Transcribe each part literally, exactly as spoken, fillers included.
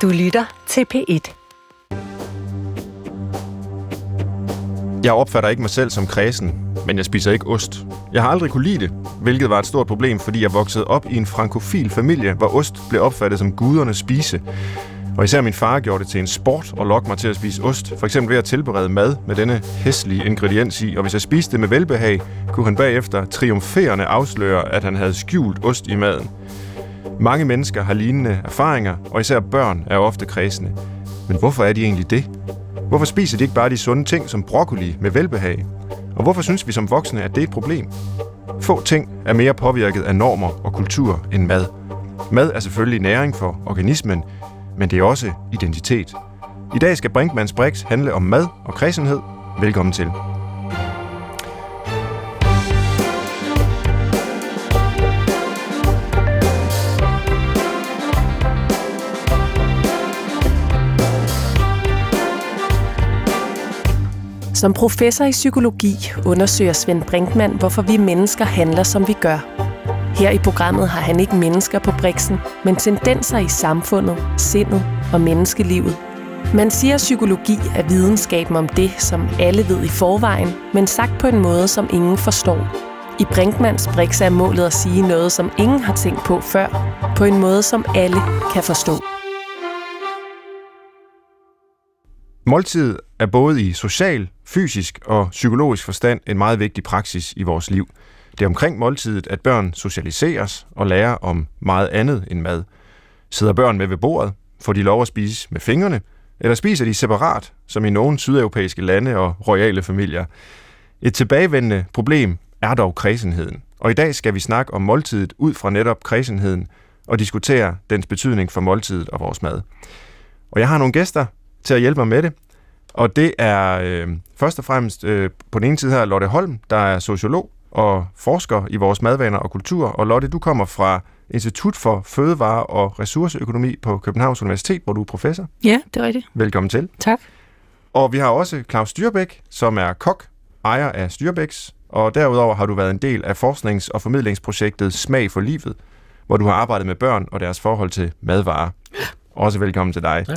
Du lytter til P et. Jeg opfatter ikke mig selv som kræsen, men jeg spiser ikke ost. Jeg har aldrig kunne lide det, hvilket var et stort problem, fordi jeg voksede op i en frankofil familie, hvor ost blev opfattet som gudernes spise. Og især min far gjorde det til en sport at lokke mig til at spise ost, for eksempel ved at tilberede mad med denne hæslige ingrediens i, og hvis jeg spiste det med velbehag, kunne han bagefter triumferende afsløre, at han havde skjult ost i maden. Mange mennesker har lignende erfaringer, og især børn er ofte kræsne. Men hvorfor er de egentlig det? Hvorfor spiser de ikke bare de sunde ting som broccoli med velbehag? Og hvorfor synes vi som voksne, at det er et problem? Få ting er mere påvirket af normer og kultur end mad. Mad er selvfølgelig næring for organismen, men det er også identitet. I dag skal Brinkmanns Brix handle om mad og kræsenhed. Velkommen til. Som professor i psykologi undersøger Svend Brinkmann, hvorfor vi mennesker handler, som vi gør. Her i programmet har han ikke mennesker på briksen, men tendenser i samfundet, sindet og menneskelivet. Man siger, at psykologi er videnskaben om det, som alle ved i forvejen, men sagt på en måde, som ingen forstår. I Brinkmanns Brix er målet at sige noget, som ingen har tænkt på før, på en måde, som alle kan forstå. Måltid er både i social, fysisk og psykologisk forstand en meget vigtig praksis i vores liv. Det er omkring måltidet, at børn socialiseres og lærer om meget andet end mad. Sidder børn med ved bordet, får de lov at spise med fingrene, eller spiser de separat, som i nogle sydeuropæiske lande og royale familier. Et tilbagevendende problem er dog kræsenheden, og i dag skal vi snakke om måltidet ud fra netop kræsenheden og diskutere dens betydning for måltidet og vores mad. Og jeg har nogle gæster til at hjælpe mig med det, og det er øh, først og fremmest øh, på den ene side her Lotte Holm, der er sociolog og forsker i vores madvaner og kultur. Og Lotte, du kommer fra Institut for Fødevare- og Ressourceøkonomi på Københavns Universitet, hvor du er professor. Ja, det er rigtigt. Velkommen til. Tak. Og vi har også Claus Styrbæk, som er kok, ejer af Styrbæks, og derudover har du været en del af forsknings- og formidlingsprojektet Smag for livet, hvor du har arbejdet med børn og deres forhold til madvarer. Også velkommen til dig. Ja.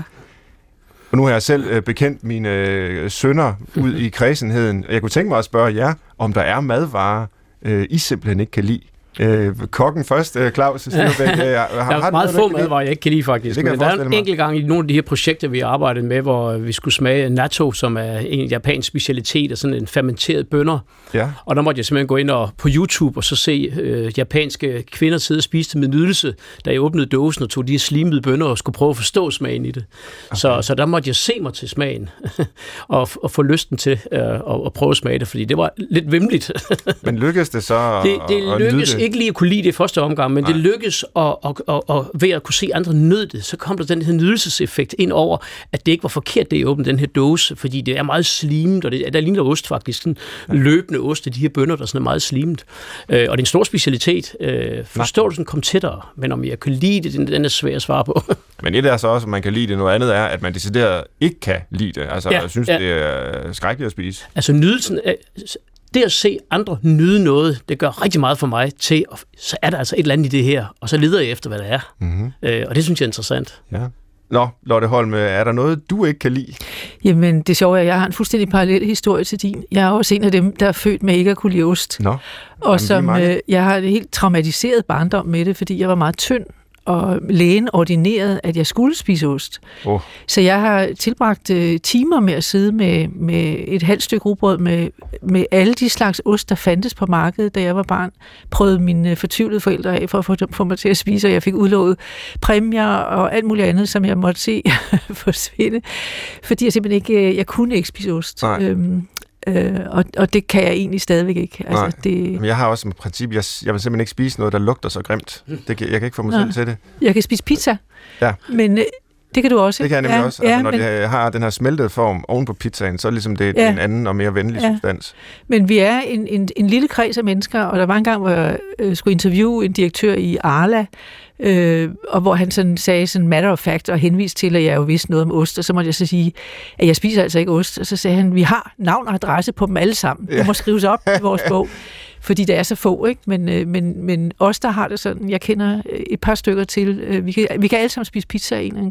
Og nu har jeg selv øh, bekendt mine øh, sønner ud i kræsenheden. Jeg kunne tænke mig at spørge jer, om der er madvarer, øh, I simpelthen ikke kan lide. Øh, kokken først, øh, Claus Styrbæk. Øh, har, der er har meget få madvarer, jeg ikke kan lide faktisk. Kan Men der er en enkelt gang i nogle af de her projekter, vi har arbejdet med, hvor vi skulle smage natto, som er en japansk specialitet af sådan en fermenteret bønner. Ja. Og der måtte jeg simpelthen gå ind og, på YouTube og så se øh, japanske kvinder sidde og spise det med nydelse, da jeg åbnede dåsen og tog de her slimede bønner og skulle prøve at forstå smagen i det. Okay. Så, så der måtte jeg se mig til smagen og, og få lysten til øh, at, at prøve at smage det, fordi det var lidt vimligt. Men lykkedes det så det, det at lykkedes nyde det? Ikke lige at kunne lide det i første omgang, men Nej. det lykkedes, og, og, og, og ved at kunne se andre nyde det, så kom der den her nydelseseffekt ind over, at det ikke var forkert, det jeg åbnede den her dåse, fordi det er meget slimet, og det, der ligner ost faktisk, sådan ja. løbende ost, de her bønner, der sådan er meget slimet. Øh, og det er en stor specialitet. Øh, forståelsen kom tættere, men om jeg kan lide det, den, den er svær at svare på. Men et er så også, at man kan lide det, noget andet er, at man decideret ikke kan lide det. Altså, ja, jeg synes, ja. det er skrækkeligt at spise. Altså, nydelsen er... Det at se andre nyde noget, det gør rigtig meget for mig til, og så er der altså et eller andet i det her, og så leder jeg efter, hvad der er. Mm-hmm. Øh, og det synes jeg er interessant. Ja. Nå, Lotte Holm, er der noget, du ikke kan lide? Jamen, det sjove er, at jeg har en fuldstændig parallel historie til din. Jeg er også en af dem, der er født med ikke at kunne lide ost. Nå. Og Jamen, som, øh, jeg har et helt traumatiseret barndom med det, fordi jeg var meget tynd, og lægen ordinerede, at jeg skulle spise ost. Oh. Så jeg har tilbragt uh, timer med at sidde med, med et halvt stykke rugbrød med, med alle de slags ost, der fandtes på markedet, da jeg var barn. Prøvede mine fortvivlede forældre af for at få, få mig til at spise, og jeg fik udlovet præmier og alt muligt andet, som jeg måtte se forsvinde, fordi jeg simpelthen ikke, jeg kunne ikke spise ost. Øhm, Øh, og, og det kan jeg egentlig stadigvæk ikke. Altså, Nej, det... men jeg har også et princip, jeg, jeg vil simpelthen ikke spise noget, der lugter så grimt. Det, jeg kan ikke få mig selv til det. Jeg kan spise pizza, ja. men øh, det kan du også. Det kan jeg nemlig ja, også. Altså, ja, når men... det har den her smeltede form oven på pizzaen, så er det ligesom det, ja. en anden og mere venlig ja. substans. Men vi er en, en, en lille kreds af mennesker, og der var en gang, hvor jeg øh, skulle interviewe en direktør i Arla, Øh, og hvor han sådan sagde sådan matter of fact og henviste til, at jeg jo vidste noget om ost, og så måtte jeg så sige, at jeg spiser altså ikke ost, og så sagde han, vi har navn og adresse på dem alle sammen. Du må skrives op i vores bog, fordi der er så få, ikke? Men, øh, men, men os, der har det sådan, jeg kender et par stykker til, øh, vi, kan, vi kan alle sammen spise pizza af en eller anden grund.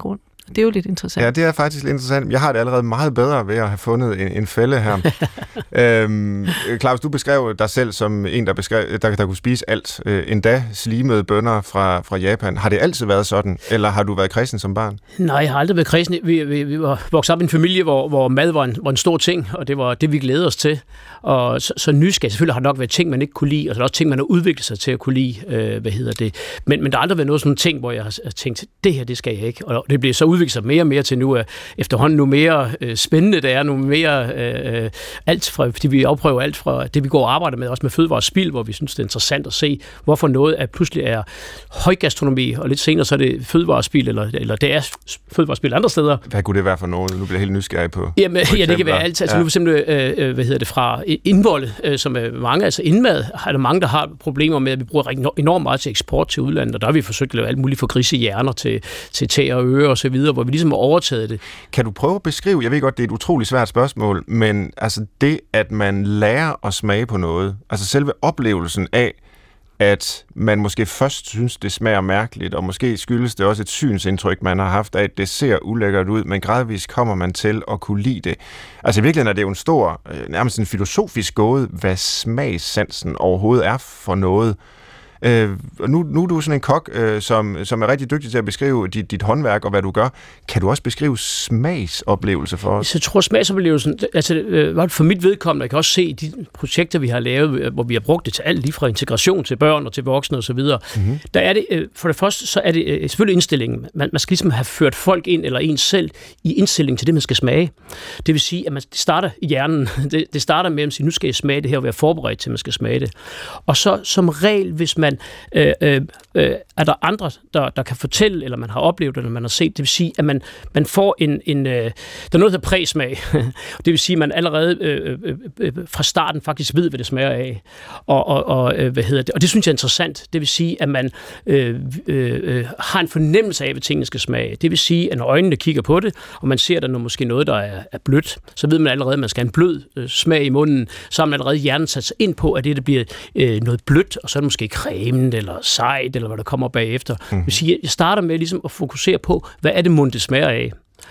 Det er jo lidt interessant. Ja, det er faktisk lidt interessant. Jeg har det allerede meget bedre ved at have fundet en, en fælde her. øhm, Claus, du beskrev dig selv som en, der, beskrev, der, der kunne spise alt. Øh, endda slimede bønner fra, fra Japan. Har det altid været sådan, eller har du været kristen som barn? Nej, jeg har aldrig været kristen. Vi, vi, vi var vokset op i en familie, hvor, hvor mad var en, var en stor ting, og det var det, vi glædede os til. Og så, så nysgerrig, selvfølgelig har der nok været ting, man ikke kunne lide, og så er der også ting, man har udviklet sig til at kunne lide. Øh, hvad hedder det? Men, men der har aldrig været noget sådan ting, hvor jeg har tænkt, det her, det skal jeg ikke. Og det bliver så udviklet sig mere og mere til nu, at efterhånden nu mere øh, spændende det er, nu mere øh, alt fra, fordi vi afprøver alt fra det, vi går og arbejder med, også med fødevare og spild, hvor vi synes, det er interessant at se, hvorfor noget er pludselig er højgastronomi, og lidt senere så er det fødevare og spild, eller, eller det er fødevare og spild andre steder. Hvad kunne det være for noget? Nu bliver jeg helt nysgerrig på. Jamen, ja, det kan være alt. Altså ja. Nu for eksempel, øh, hvad hedder det, fra indvolde, øh, som er mange, altså indmad, har der mange, der har problemer med, at vi bruger enormt meget til eksport til udlandet, og der har vi forsøgt at lave alt muligt for grisehjerner til, til tæer og ører og så videre, hvor vi ligesom har overtaget det. Kan du prøve at beskrive, jeg ved godt, det er et utroligt svært spørgsmål, men altså det, at man lærer at smage på noget, altså selve oplevelsen af, at man måske først synes, det smager mærkeligt, og måske skyldes det også et synsindtryk, man har haft af, at det ser ulækkert ud, men gradvist kommer man til at kunne lide det. Altså i virkeligheden er det jo en stor, nærmest en filosofisk gåde, hvad smagssansen overhovedet er for noget. Øh, nu, nu er du sådan en kok, øh, som, som er rigtig dygtig til at beskrive dit, dit håndværk og hvad du gør. Kan du også beskrive smagsoplevelser for os? Jeg tror, smagsoplevelsen, altså øh, for mit vedkommende, jeg kan også se de projekter, vi har lavet, hvor vi har brugt det til alt, lige fra integration til børn og til voksne osv. Mm-hmm. Der er det, øh, for det første, så er det øh, selvfølgelig indstillingen. Man, man skal ligesom have ført folk ind, eller en selv, i indstilling til det, man skal smage. Det vil sige, at man det starter i hjernen. Det, det starter med at sige, nu skal jeg smage det her, og være forberedt til, at man skal smage det. Og så som regel, hvis man Øh, øh, øh, er der andre, der, der kan fortælle, eller man har oplevet, eller man har set. Det vil sige, at man, man får en... en øh, der er noget, der hedder præsmag. Det vil sige, at man allerede øh, øh, øh, fra starten faktisk ved, hvad det smager af. Og, og, og, øh, hvad hedder det? Og det synes jeg er interessant. Det vil sige, at man øh, øh, har en fornemmelse af, hvad tingene skal smage. Det vil sige, at når øjnene kigger på det, og man ser, at der er måske noget, der er, er blødt, så ved man allerede, at man skal have en blød øh, smag i munden. Så har man allerede hjernen sat sig ind på, at det, der bliver øh, noget blødt, og så er det måske creme, eller sejt, eller hvad der kommer bagefter. Mm-hmm. Det vil sige, jeg starter med ligesom at fokusere på, hvad er det mund, det smager af.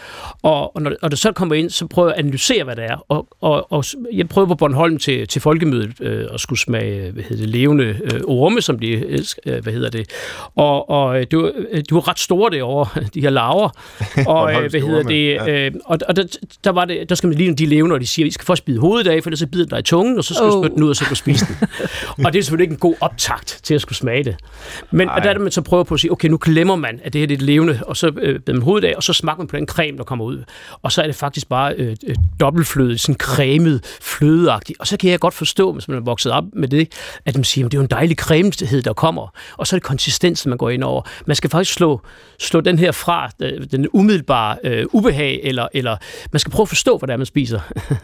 Og, og når, når det så kommer ind, så prøver jeg at analysere, hvad det er. Og, og, og jeg prøver på Bornholm til, til folkemødet øh, at skulle smage hvad hedder det, levende øh, orme, som de elsker, øh, hvad hedder det. Og, og det, var, de var ret store derovre, de her larver. Og øh, hvad hedder det? Øh, og og der, der, var det, der skal man lige de levende, og de siger, at I skal først bide hovedet af, for ellers så bider dig i tungen, og så skal oh. du spytte den ud, og så kan du spise den. Og det er selvfølgelig ikke en god optakt til at skulle smage det. Men og der er det, man så prøver på at sige, okay, nu glemmer man, at det her det er det levende, og så øh, bider man hovedet af, og så smager man på den creme, der kommer ud. Og så er det faktisk bare øh, øh, dobbeltfløde, sådan cremet, flødeagtigt. Og så kan jeg godt forstå, hvis man er vokset op med det, at man siger, at det er jo en dejlig cremehed, der kommer. Og så er det konsistensen, man går ind over. Man skal faktisk slå, slå den her fra, den umiddelbare øh, ubehag, eller, eller man skal prøve at forstå, hvad det er, man spiser.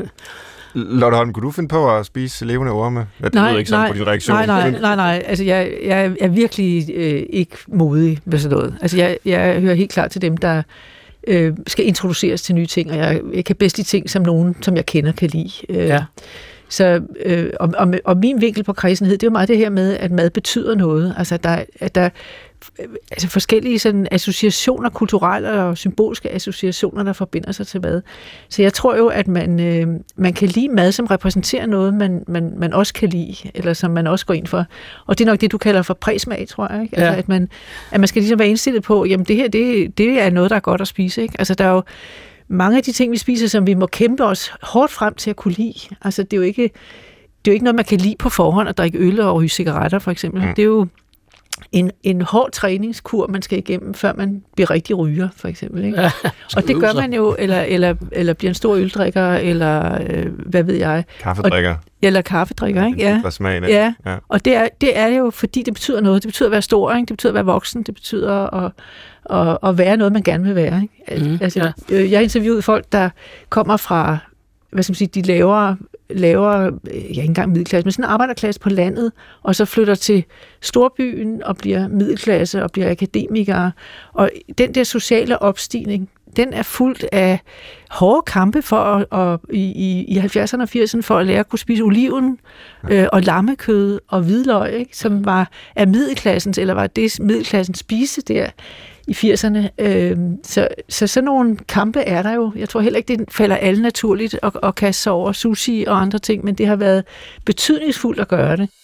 Lotte Holm, kunne du finde på at spise levende orme? Jeg nej, ved ikke nej, på din reaktion. nej, nej, nej, nej. Altså, jeg, jeg er virkelig øh, ikke modig ved sådan noget. Altså, jeg, jeg hører helt klart til dem, der øh, skal introduceres til nye ting, og jeg, jeg kan bedst lide ting, som nogen, som jeg kender, kan lide. Øh, ja. Så, øh, og, og, og min vinkel på kristenhed, det er jo meget det her med, at mad betyder noget. Altså, der, at der altså forskellige sådan associationer, kulturelle og symbolske associationer, der forbinder sig til mad. Så jeg tror jo, at man, øh, man kan lide mad, som repræsenterer noget, man, man, man også kan lide, eller som man også går ind for. Og det er nok det, du kalder for præsmag, tror jeg. Ikke? Altså, ja. at, man, at man skal ligesom være indstillet på, jamen det her, det, det er noget, der er godt at spise. Ikke? Altså, der er jo mange af de ting, vi spiser, som vi må kæmpe os hårdt frem til at kunne lide. Altså, det er jo ikke, det er jo ikke noget, man kan lide på forhånd, at drikke øl og ryge cigaretter, for eksempel. Mm. Det er jo en, en hård træningskur, man skal igennem, før man bliver rigtig ryger, for eksempel. Ikke? Ja, og det gør man jo, eller, eller, eller bliver en stor øldrikker, eller øh, hvad ved jeg. Kaffedrikker. Og, eller kaffedrikker, ikke? Ja. Det smagen af. Ja. ja. Og det er, det er jo, fordi det betyder noget. Det betyder at være stor, ikke? Det betyder at være voksen, det betyder at, at, at være noget, man gerne vil være. Ikke? Mm, altså, ja. Jeg har interviewet folk, der kommer fra, hvad skal man sige, de lavere laver, ja, ikke engang middelklasse, men sådan en arbejderklasse på landet, og så flytter til storbyen og bliver middelklasse og bliver akademikere. Og den der sociale opstigning, den er fuldt af hårde kampe for at, og i, i halvfjerdserne og firserne for at lære at kunne spise oliven øh, og lammekød og hvidløg, ikke, som var af middelklassens, eller var det middelklassens spise der i firserne. Øh, så, så sådan nogle kampe er der jo. Jeg tror heller ikke, det falder alle naturligt at, at kaste sig over sushi og andre ting, men det har været betydningsfuldt at gøre det.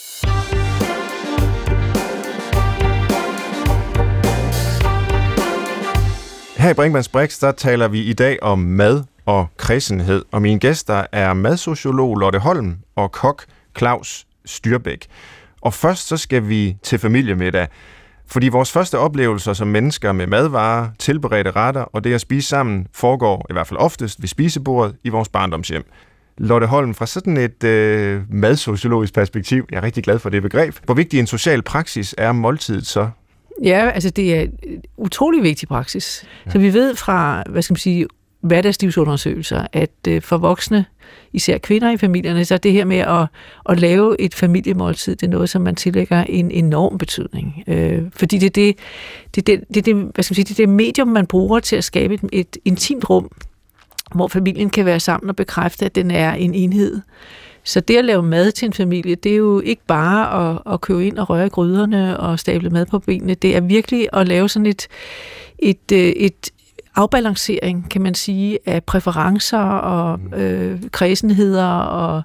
Her i Brinkmanns Brix, der taler vi i dag om mad og kræsenhed, og mine gæster er madsociolog Lotte Holm og kok Claus Styrbæk. Og først så skal vi til familiemiddag, fordi vores første oplevelser som mennesker med madvarer, tilberedte retter og det at spise sammen foregår i hvert fald oftest ved spisebordet i vores barndomshjem. Lotte Holm, fra sådan et øh, madsociologisk perspektiv, jeg er rigtig glad for det begreb, hvor vigtig en social praksis er måltidet så? Ja, altså det er en utrolig vigtig praksis. Ja. Så vi ved fra, hvad skal man sige, hverdagslivsundersøgelser, at øh, for voksne, især kvinder i familierne, så er det her med at, at lave et familiemåltid, det er noget, som man tillægger en enorm betydning. Øh, fordi det er det, det, det, det, det, hvad skal man sige, det, er det medium, man bruger til at skabe et, et intimt rum, hvor familien kan være sammen og bekræfte, at den er en enhed. Så det at lave mad til en familie, det er jo ikke bare at, at købe ind og røre i gryderne og stable mad på benene. Det er virkelig at lave sådan et, et, et afbalancering, kan man sige, af præferencer og øh, kredsenheder og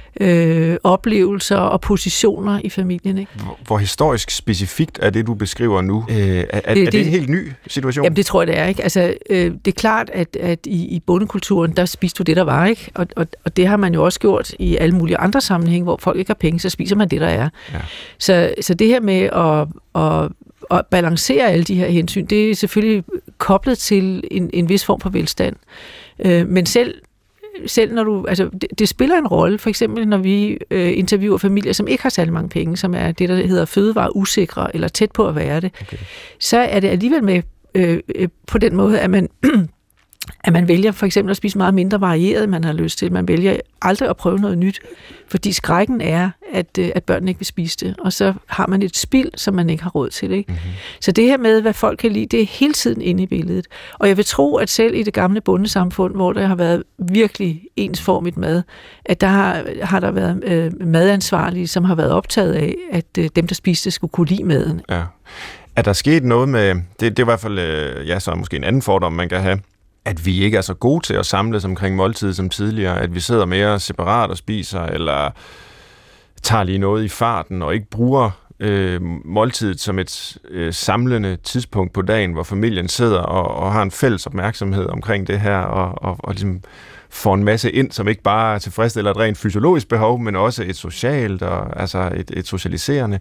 øh, oplevelser og positioner i familien. Ikke? Hvor, hvor historisk specifikt er det, du beskriver nu? Øh, er, er, det, er det en helt ny situation? Jamen, det tror jeg, det er. Ikke? Altså, øh, det er klart, at, at i, i bondekulturen, der spiste du det, der var. Ikke? Og, og, og det har man jo også gjort i alle mulige andre sammenhænge, hvor folk ikke har penge, så spiser man det, der er. Ja. Så, så det her med at, at at balancere alle de her hensyn, det er selvfølgelig koblet til en, en vis form for velstand. Øh, men selv, selv når du, altså det, det spiller en rolle, for eksempel når vi øh, interviewer familier, som ikke har særlig mange penge, som er det, der hedder fødevare usikre, eller tæt på at være det, okay. Så er det alligevel med øh, øh, på den måde, at man at man vælger for eksempel at spise meget mindre varieret, man har lyst til. Man vælger aldrig at prøve noget nyt, fordi skrækken er, at, at børnene ikke vil spise det. Og så har man et spild, som man ikke har råd til. Ikke? Mm-hmm. Så det her med, hvad folk kan lide, det er hele tiden inde i billedet. Og jeg vil tro, at selv i det gamle bondesamfund, hvor der har været virkelig ensformigt mad, at der har, har der været øh, madansvarlige, som har været optaget af, at øh, dem, der spiste, skulle kunne lide maden. Ja. Er der sket noget med, det, det er i hvert fald, øh, ja, så måske en anden fordom, man kan have, at vi ikke er så gode til at samles omkring måltid som tidligere, at vi sidder mere separat og spiser, eller tager lige noget i farten, og ikke bruger øh, måltidet som et øh, samlende tidspunkt på dagen, hvor familien sidder og, og har en fælles opmærksomhed omkring det her, og, og, og ligesom får en masse ind, som ikke bare tilfredsstiller et rent fysiologisk behov, men også et socialt, og altså et, et socialiserende.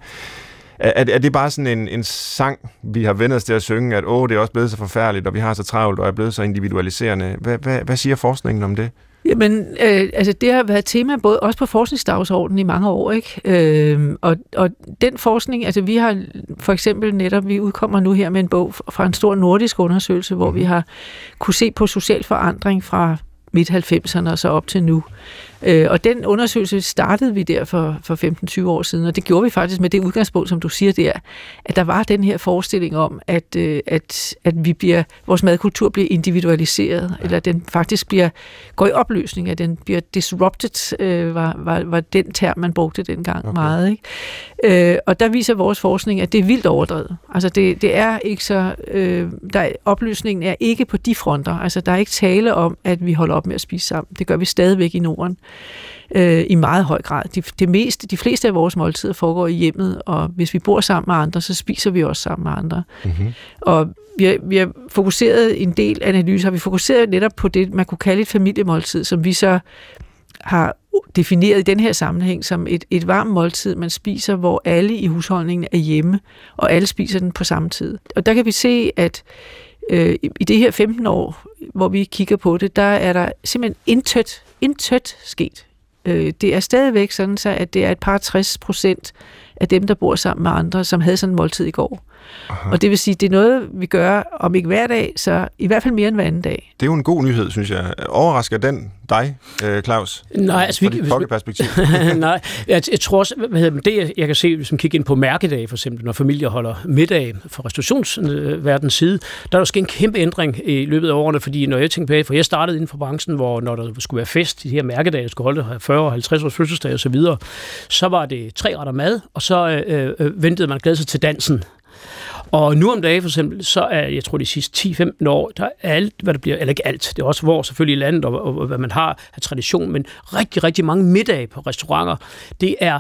Er, er det bare sådan en, en sang, vi har vendt os til at synge, at åh, det er også blevet så forfærdeligt, og vi har så travlt, og er blevet så individualiserende? Hvad, hvad, hvad siger forskningen om det? Jamen, øh, altså det har været tema både også på forskningsdagsordenen i mange år, ikke? Øh, og, og den forskning, altså vi har for eksempel netop, vi udkommer nu her med en bog fra en stor nordisk undersøgelse, hvor mm. vi har kunne se på social forandring fra midt halvfemserne og så op til nu. Øh, og den undersøgelse startede vi der for, for femten til tyve år siden, og det gjorde vi faktisk med det udgangspunkt, som du siger der, at der var den her forestilling om, at, øh, at, at vi bliver, vores madkultur bliver individualiseret, ja. Eller den faktisk bliver, går i opløsning, at den bliver disrupted, øh, var, var, var den term, man brugte dengang okay. meget. Ikke? Øh, og der viser vores forskning, at det er vildt overdrevet. Altså det, det er ikke så, øh, der, opløsningen er ikke på de fronter, altså der er ikke tale om, at vi holder op med at spise sammen. Det gør vi stadigvæk i Norden. Øh, i meget høj grad. De, det meste, de fleste af vores måltider foregår i hjemmet, og hvis vi bor sammen med andre, så spiser vi også sammen med andre. Mm-hmm. Og vi har, vi har fokuseret en del analyser, har vi fokuseret netop på det, man kunne kalde et familiemåltid, som vi så har defineret i den her sammenhæng som et, et varmt måltid, man spiser, hvor alle i husholdningen er hjemme, og alle spiser den på samme tid. Og der kan vi se, at øh, i det her femten år, hvor vi kigger på det, der er der simpelthen intet, intet sket. Øh, det er stadigvæk sådan, så at det er et par tres procent af dem, der bor sammen med andre, som havde sådan en måltid i går. Aha. Og det vil sige, det er noget, vi gør, om ikke hver dag, så i hvert fald mere end hver anden dag. Det er jo en god nyhed, synes jeg. Overrasker den dig, Claus? Nej, altså... Fra dit kokkeperspektiv? Nej, jeg, jeg tror også, hvad hedder det, jeg, jeg kan se, hvis man kigger ind på mærkedage, for eksempel, når familier holder middag fra restaurationsverdens side, der er der sket en kæmpe ændring i løbet af årene, fordi når jeg tænker på, for jeg startede inden for branchen, hvor når der skulle være fest, de her mærkedage, der skulle holde fyrre og halvtreds års fødselsdag og så videre, så var det tre retter mad, og så øh, øh, ventede man glæde sig til dansen. Og nu om dagen for eksempel, så er, jeg tror de sidste ti femten år, der er alt, hvad der bliver, eller ikke alt, det er også hvor selvfølgelig i landet, og, og, og hvad man har af tradition, men rigtig, rigtig mange middage på restauranter, det er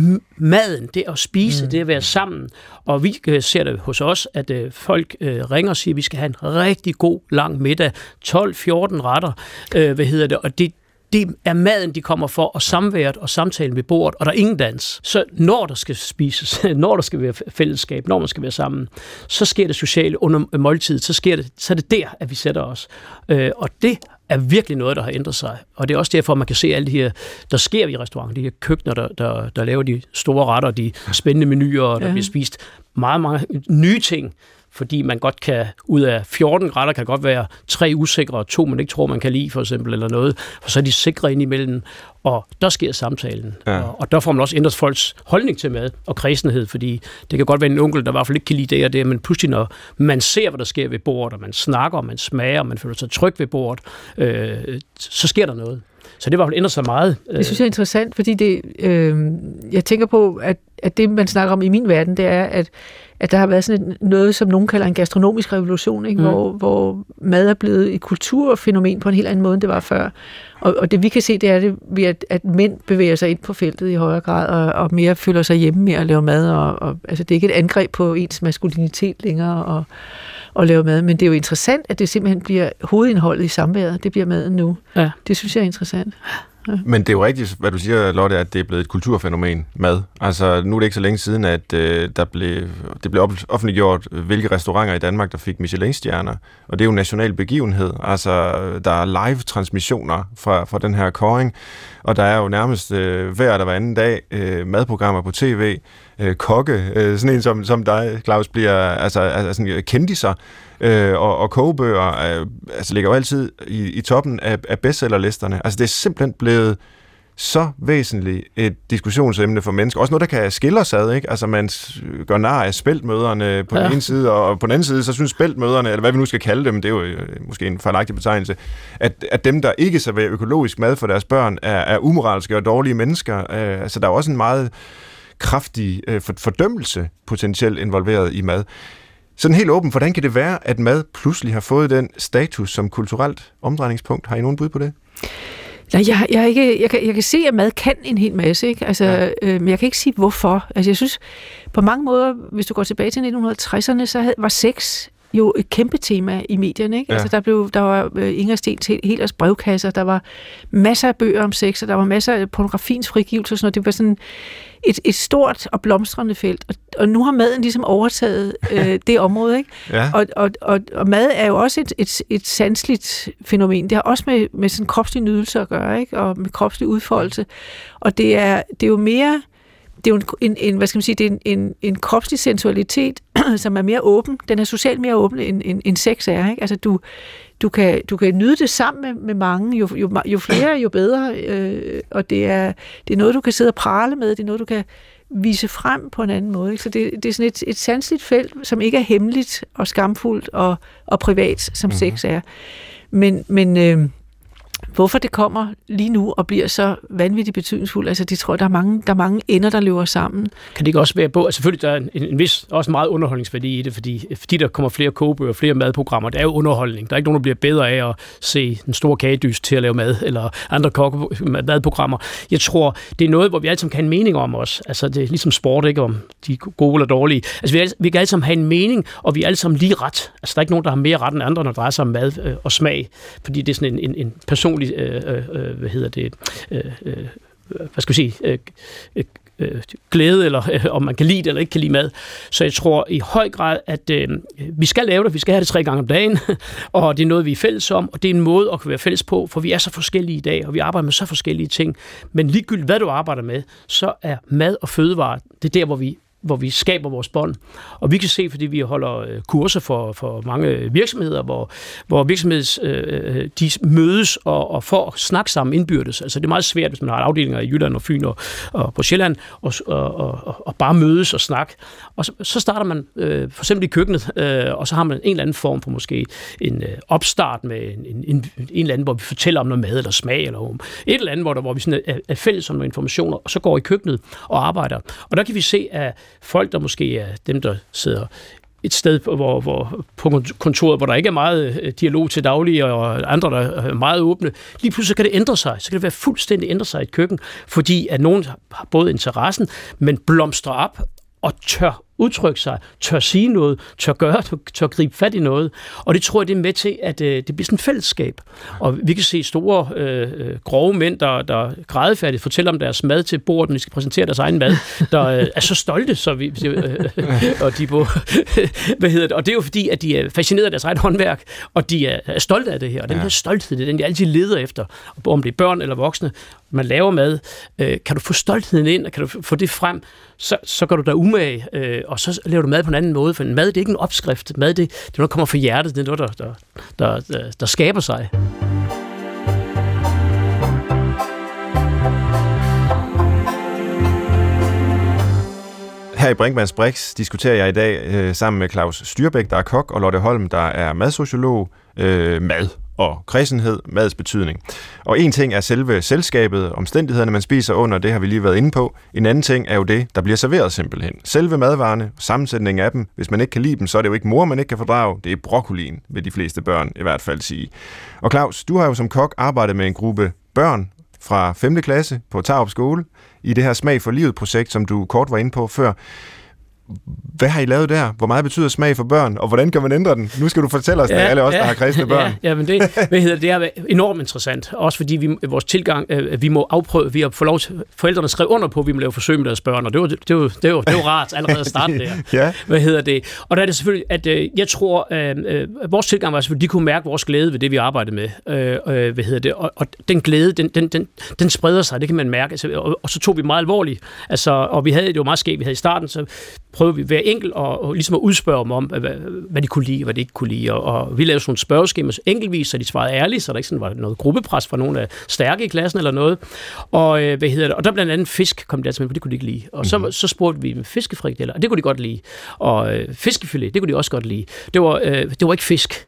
maden, det er at spise, mm. det er at være sammen. Og vi øh, ser det hos os, at øh, folk øh, ringer og siger, at vi skal have en rigtig god lang middag, tolv fjorten retter, øh, hvad hedder det, og det Det er maden, de kommer for, og samværet og samtalen ved bordet, og der er ingen dans. Så når der skal spises, når der skal være fællesskab, når man skal være sammen, så sker det sociale under måltid, så, sker det, så er det der, at vi sætter os. Øh, og det er virkelig noget, der har ændret sig. Og det er også derfor, man kan se alle de her, der sker i restauranten, de her køkkener, der, der, der laver de store retter, de spændende menuer, og der ja. bliver spist meget, mange nye ting, fordi man godt kan, ud af fjorten retter, kan godt være tre usikre, og to man ikke tror, man kan lide, for eksempel, eller noget, for så er de sikre ind imellem, og der sker samtalen. Ja. Og, og der får man også ændret folks holdning til mad og kredsenhed, fordi det kan godt være en onkel, der i hvert fald ikke kan lide det og det, men pludselig, når man ser, hvad der sker ved bordet, og man snakker, og man smager, og man føler sig tryg ved bordet, øh, så sker der noget. Så det i hvert fald ændrer sig meget. Det synes jeg er interessant, fordi det, øh, jeg tænker på, at, at det, man snakker om i min verden, det er, at, at der har været sådan noget, som nogen kalder en gastronomisk revolution, ikke? Mm. Hvor, hvor mad er blevet et kulturfænomen på en helt anden måde, end det var før. Og, og det vi kan se, det er, det, at, at mænd bevæger sig ind på feltet i højere grad, og, og mere føler sig hjemme med at lave mad. Og, og, altså, det er ikke et angreb på ens maskulinitet længere, og at lave mad, men det er jo interessant, at det simpelthen bliver hovedindholdet i samværet. Det bliver maden nu. Ja. Det synes jeg er interessant. Ja. Men det er jo rigtigt, hvad du siger, Lotte, at det er blevet et kulturfænomen, mad. Altså, nu er det ikke så længe siden, at øh, der blev, det blev offentliggjort, hvilke restauranter i Danmark, der fik Michelin-stjerner. Og det er jo en national begivenhed. Altså, der er live-transmissioner fra, fra den her kåring, og der er jo nærmest øh, hver eller hver anden dag øh, madprogrammer på tv, øh, kokke, øh, sådan en som, som dig, Claus, bliver altså, altså sådan kendiser, øh, og, og kogebøger øh, altså ligger jo altid i, i toppen af, af bestsellerlisterne. Altså det er simpelthen blevet så væsentligt et diskussionsemne for mennesker. Også noget, der kan skille os ad, ikke? Altså man gør nar af spæltmøderne på ja. den ene side, og på den anden side, så synes spæltmøderne, eller hvad vi nu skal kalde dem, det er jo øh, måske en fejlagtig betegnelse, at, at dem, der ikke serverer økologisk mad for deres børn, er, er umoralske og dårlige mennesker. Øh, altså der er også en meget kraftig øh, fordømmelse potentielt involveret i mad. Sådan helt åben, hvordan kan det være, at mad pludselig har fået den status som kulturelt omdrejningspunkt? Har I nogen bud på det? Nej, jeg, jeg, ikke, jeg, kan, jeg kan se, at mad kan en hel masse, ikke? Altså, ja. øh, men jeg kan ikke sige, hvorfor. Altså, jeg synes, på mange måder, hvis du går tilbage til nitten tresserne, så havde, var sex jo et kæmpe tema i medierne, ikke? Ja. Altså, der, blev, der var øh, Inger Stens Helers brevkasser, der var masser af bøger om sex, og der var masser af pornografiens frigivelse og sådan noget. Det var sådan et, et stort og blomstrende felt. Og, og nu har maden ligesom overtaget øh, det område, ikke? Ja. Og, og, og, og mad er jo også et, et, et sanseligt fænomen. Det har også med, med sådan kropslig nydelse at gøre, ikke? Og med kropslig udfoldelse. Og det er, det er jo mere... Det er jo en, en, hvad skal man sige, det er en, en, en kropslig sensualitet, som er mere åben. Den er socialt mere åben, end, end, end sex er, ikke? Altså, du, du, kan, du kan nyde det sammen med, med mange. Jo, jo, jo flere, jo bedre. Øh, og det er, det er noget, du kan sidde og prale med. Det er noget, du kan vise frem på en anden måde, ikke? Så det, det er sådan et, et sanseligt felt, som ikke er hemmeligt og skamfuldt og, og privat, som mm-hmm. sex er. Men... men øh, hvorfor det kommer lige nu og bliver så vanvittigt betydningsfuldt, altså det tror jeg, der er mange, der er mange ender, der løber sammen. Kan det ikke også være på, altså selvfølgelig der er en, en vis, også meget underholdningsværdi i det, fordi, fordi der kommer flere kogebøger, flere madprogrammer, det er jo underholdning. Der er ikke nogen, der bliver bedre af at se en stor kagedys til at lave mad, eller andre kokke, madprogrammer. Jeg tror, det er noget, hvor vi alle sammen kan have en mening om os. Altså det er ligesom sport, ikke, om de er gode eller dårlige. Altså vi, alle, vi kan alle sammen have en mening, og vi er alle sammen lige ret. Altså der er ikke nogen, der har mere ret end andre, når det drejer sig om mad øh, og smag, fordi det er sådan en, en, en personlig Øh, øh, hvad hedder det, øh, øh, hvad skal vi sige, øh, øh, glæde, eller øh, om man kan lide det eller ikke kan lide mad. Så jeg tror i høj grad, at øh, vi skal lave det, vi skal have det tre gange om dagen, og det er noget, vi er fælles om, og det er en måde at kunne være fælles på, for vi er så forskellige i dag, og vi arbejder med så forskellige ting. Men ligegyldigt hvad du arbejder med, så er mad og fødevare, det er der, hvor vi hvor vi skaber vores bånd. Og vi kan se, fordi vi holder kurser for, for mange virksomheder, hvor, hvor virksomheder øh, de mødes og, og får snakke sammen indbyrdes. Altså det er meget svært, hvis man har afdelinger i Jylland og Fyn og, og på Sjælland, og, og, og, og bare mødes og snakke. Og så, så starter man øh, for eksempel i køkkenet, øh, og så har man en eller anden form for måske en øh, opstart med en, en, en, en eller anden, hvor vi fortæller om noget mad eller smag, eller om et eller andet, hvor, der, hvor vi sådan er, er fælles om nogle informationer, og så går i køkkenet og arbejder. Og der kan vi se, at folk, der måske er dem, der sidder et sted hvor, hvor, på kontoret, hvor der ikke er meget dialog til daglig, og andre, der er meget åbne, lige pludselig kan det ændre sig. Så kan det være fuldstændig ændre sig i et køkken, fordi at nogen har både interessen, men blomstrer op og tør udtrykke sig, tør sige noget, tør gøre, tør gribe fat i noget. Og det tror jeg, det er med til, at øh, det bliver sådan et fællesskab. Og vi kan se store, øh, grove mænd, der, der grædefærdigt fortæller om deres mad til bordet, når de skal præsentere deres egen mad, der øh, er så stolte, så vi, øh, og de på, hvad hedder det? Og det er jo fordi, at de er fascineret af deres eget håndværk, og de er, er stolte af det her. Og den ja. her stolthed, det er den, de altid leder efter, om det er børn eller voksne. Man laver mad, øh, kan du få stoltheden ind, og kan du få det frem, så, så går du der umage, øh, og så laver du mad på en anden måde, for mad det er ikke en opskrift. Mad det, det er noget, der kommer fra hjertet, det er noget, der, der, der, der, der skaber sig. Her i Brinkmanns Brix diskuterer jeg i dag øh, sammen med Claus Styrbæk, der er kok, og Lotte Holm, der er madsociolog, øh, mad og kredsenhed, mads betydning. Og en ting er selve selskabet, omstændighederne, man spiser under, det har vi lige været inde på. En anden ting er jo det, der bliver serveret simpelthen. Selve madvarerne, sammensætningen af dem, hvis man ikke kan lide dem, så er det jo ikke mor, man ikke kan fordrage. Det er broccolien, vil de fleste børn i hvert fald sige. Og Claus, du har jo som kok arbejdet med en gruppe børn fra femte klasse på Tarup Skole i det her Smag for Livet-projekt, som du kort var inde på før. Hvad har I lavet der? Hvor meget betyder smag for børn, og hvordan kan man ændre den? Nu skal du fortælle os, ja, alle os, ja, der har kredsende børn. Ja, ja, men det, hvad hedder, det er enormt interessant. Også fordi vi, vores tilgang, vi må afprøve, vi har fået lov til, forældrene skrev under på, at vi må lave forsøg med deres børn, og det var, det var, det var, det var rart allerede at starte der. Ja. Hvad hedder det? Og der er det selvfølgelig, at jeg tror, at vores tilgang var selvfølgelig, at de kunne mærke vores glæde ved det, vi arbejdede med. Hvad hedder det? Og, og den glæde, den, den, den, den spreder sig, det kan man mærke. Altså, og, og så tog vi meget alvorligt. Altså, og vi havde, det var meget skægt, vi havde i starten, så prøvede vi hver enkelt og, og ligesom at udspørge dem om, hvad, hvad de kunne lide, hvad de ikke kunne lide. Og, og vi lavede sådan nogle spørgeskemaer enkeltvis, så de svarede ærligt, så der ikke sådan var noget gruppepres fra nogen af stærke i klassen eller noget. Og, øh, hvad hedder det? Og der blandt andet fisk kom det altså med, for det kunne de ikke lide. Og så, mm-hmm. så spurgte vi med fiskefrikadeller, og det kunne de godt lide. Og øh, fiskefilet, det kunne de også godt lide. Det var, øh, det var ikke fisk.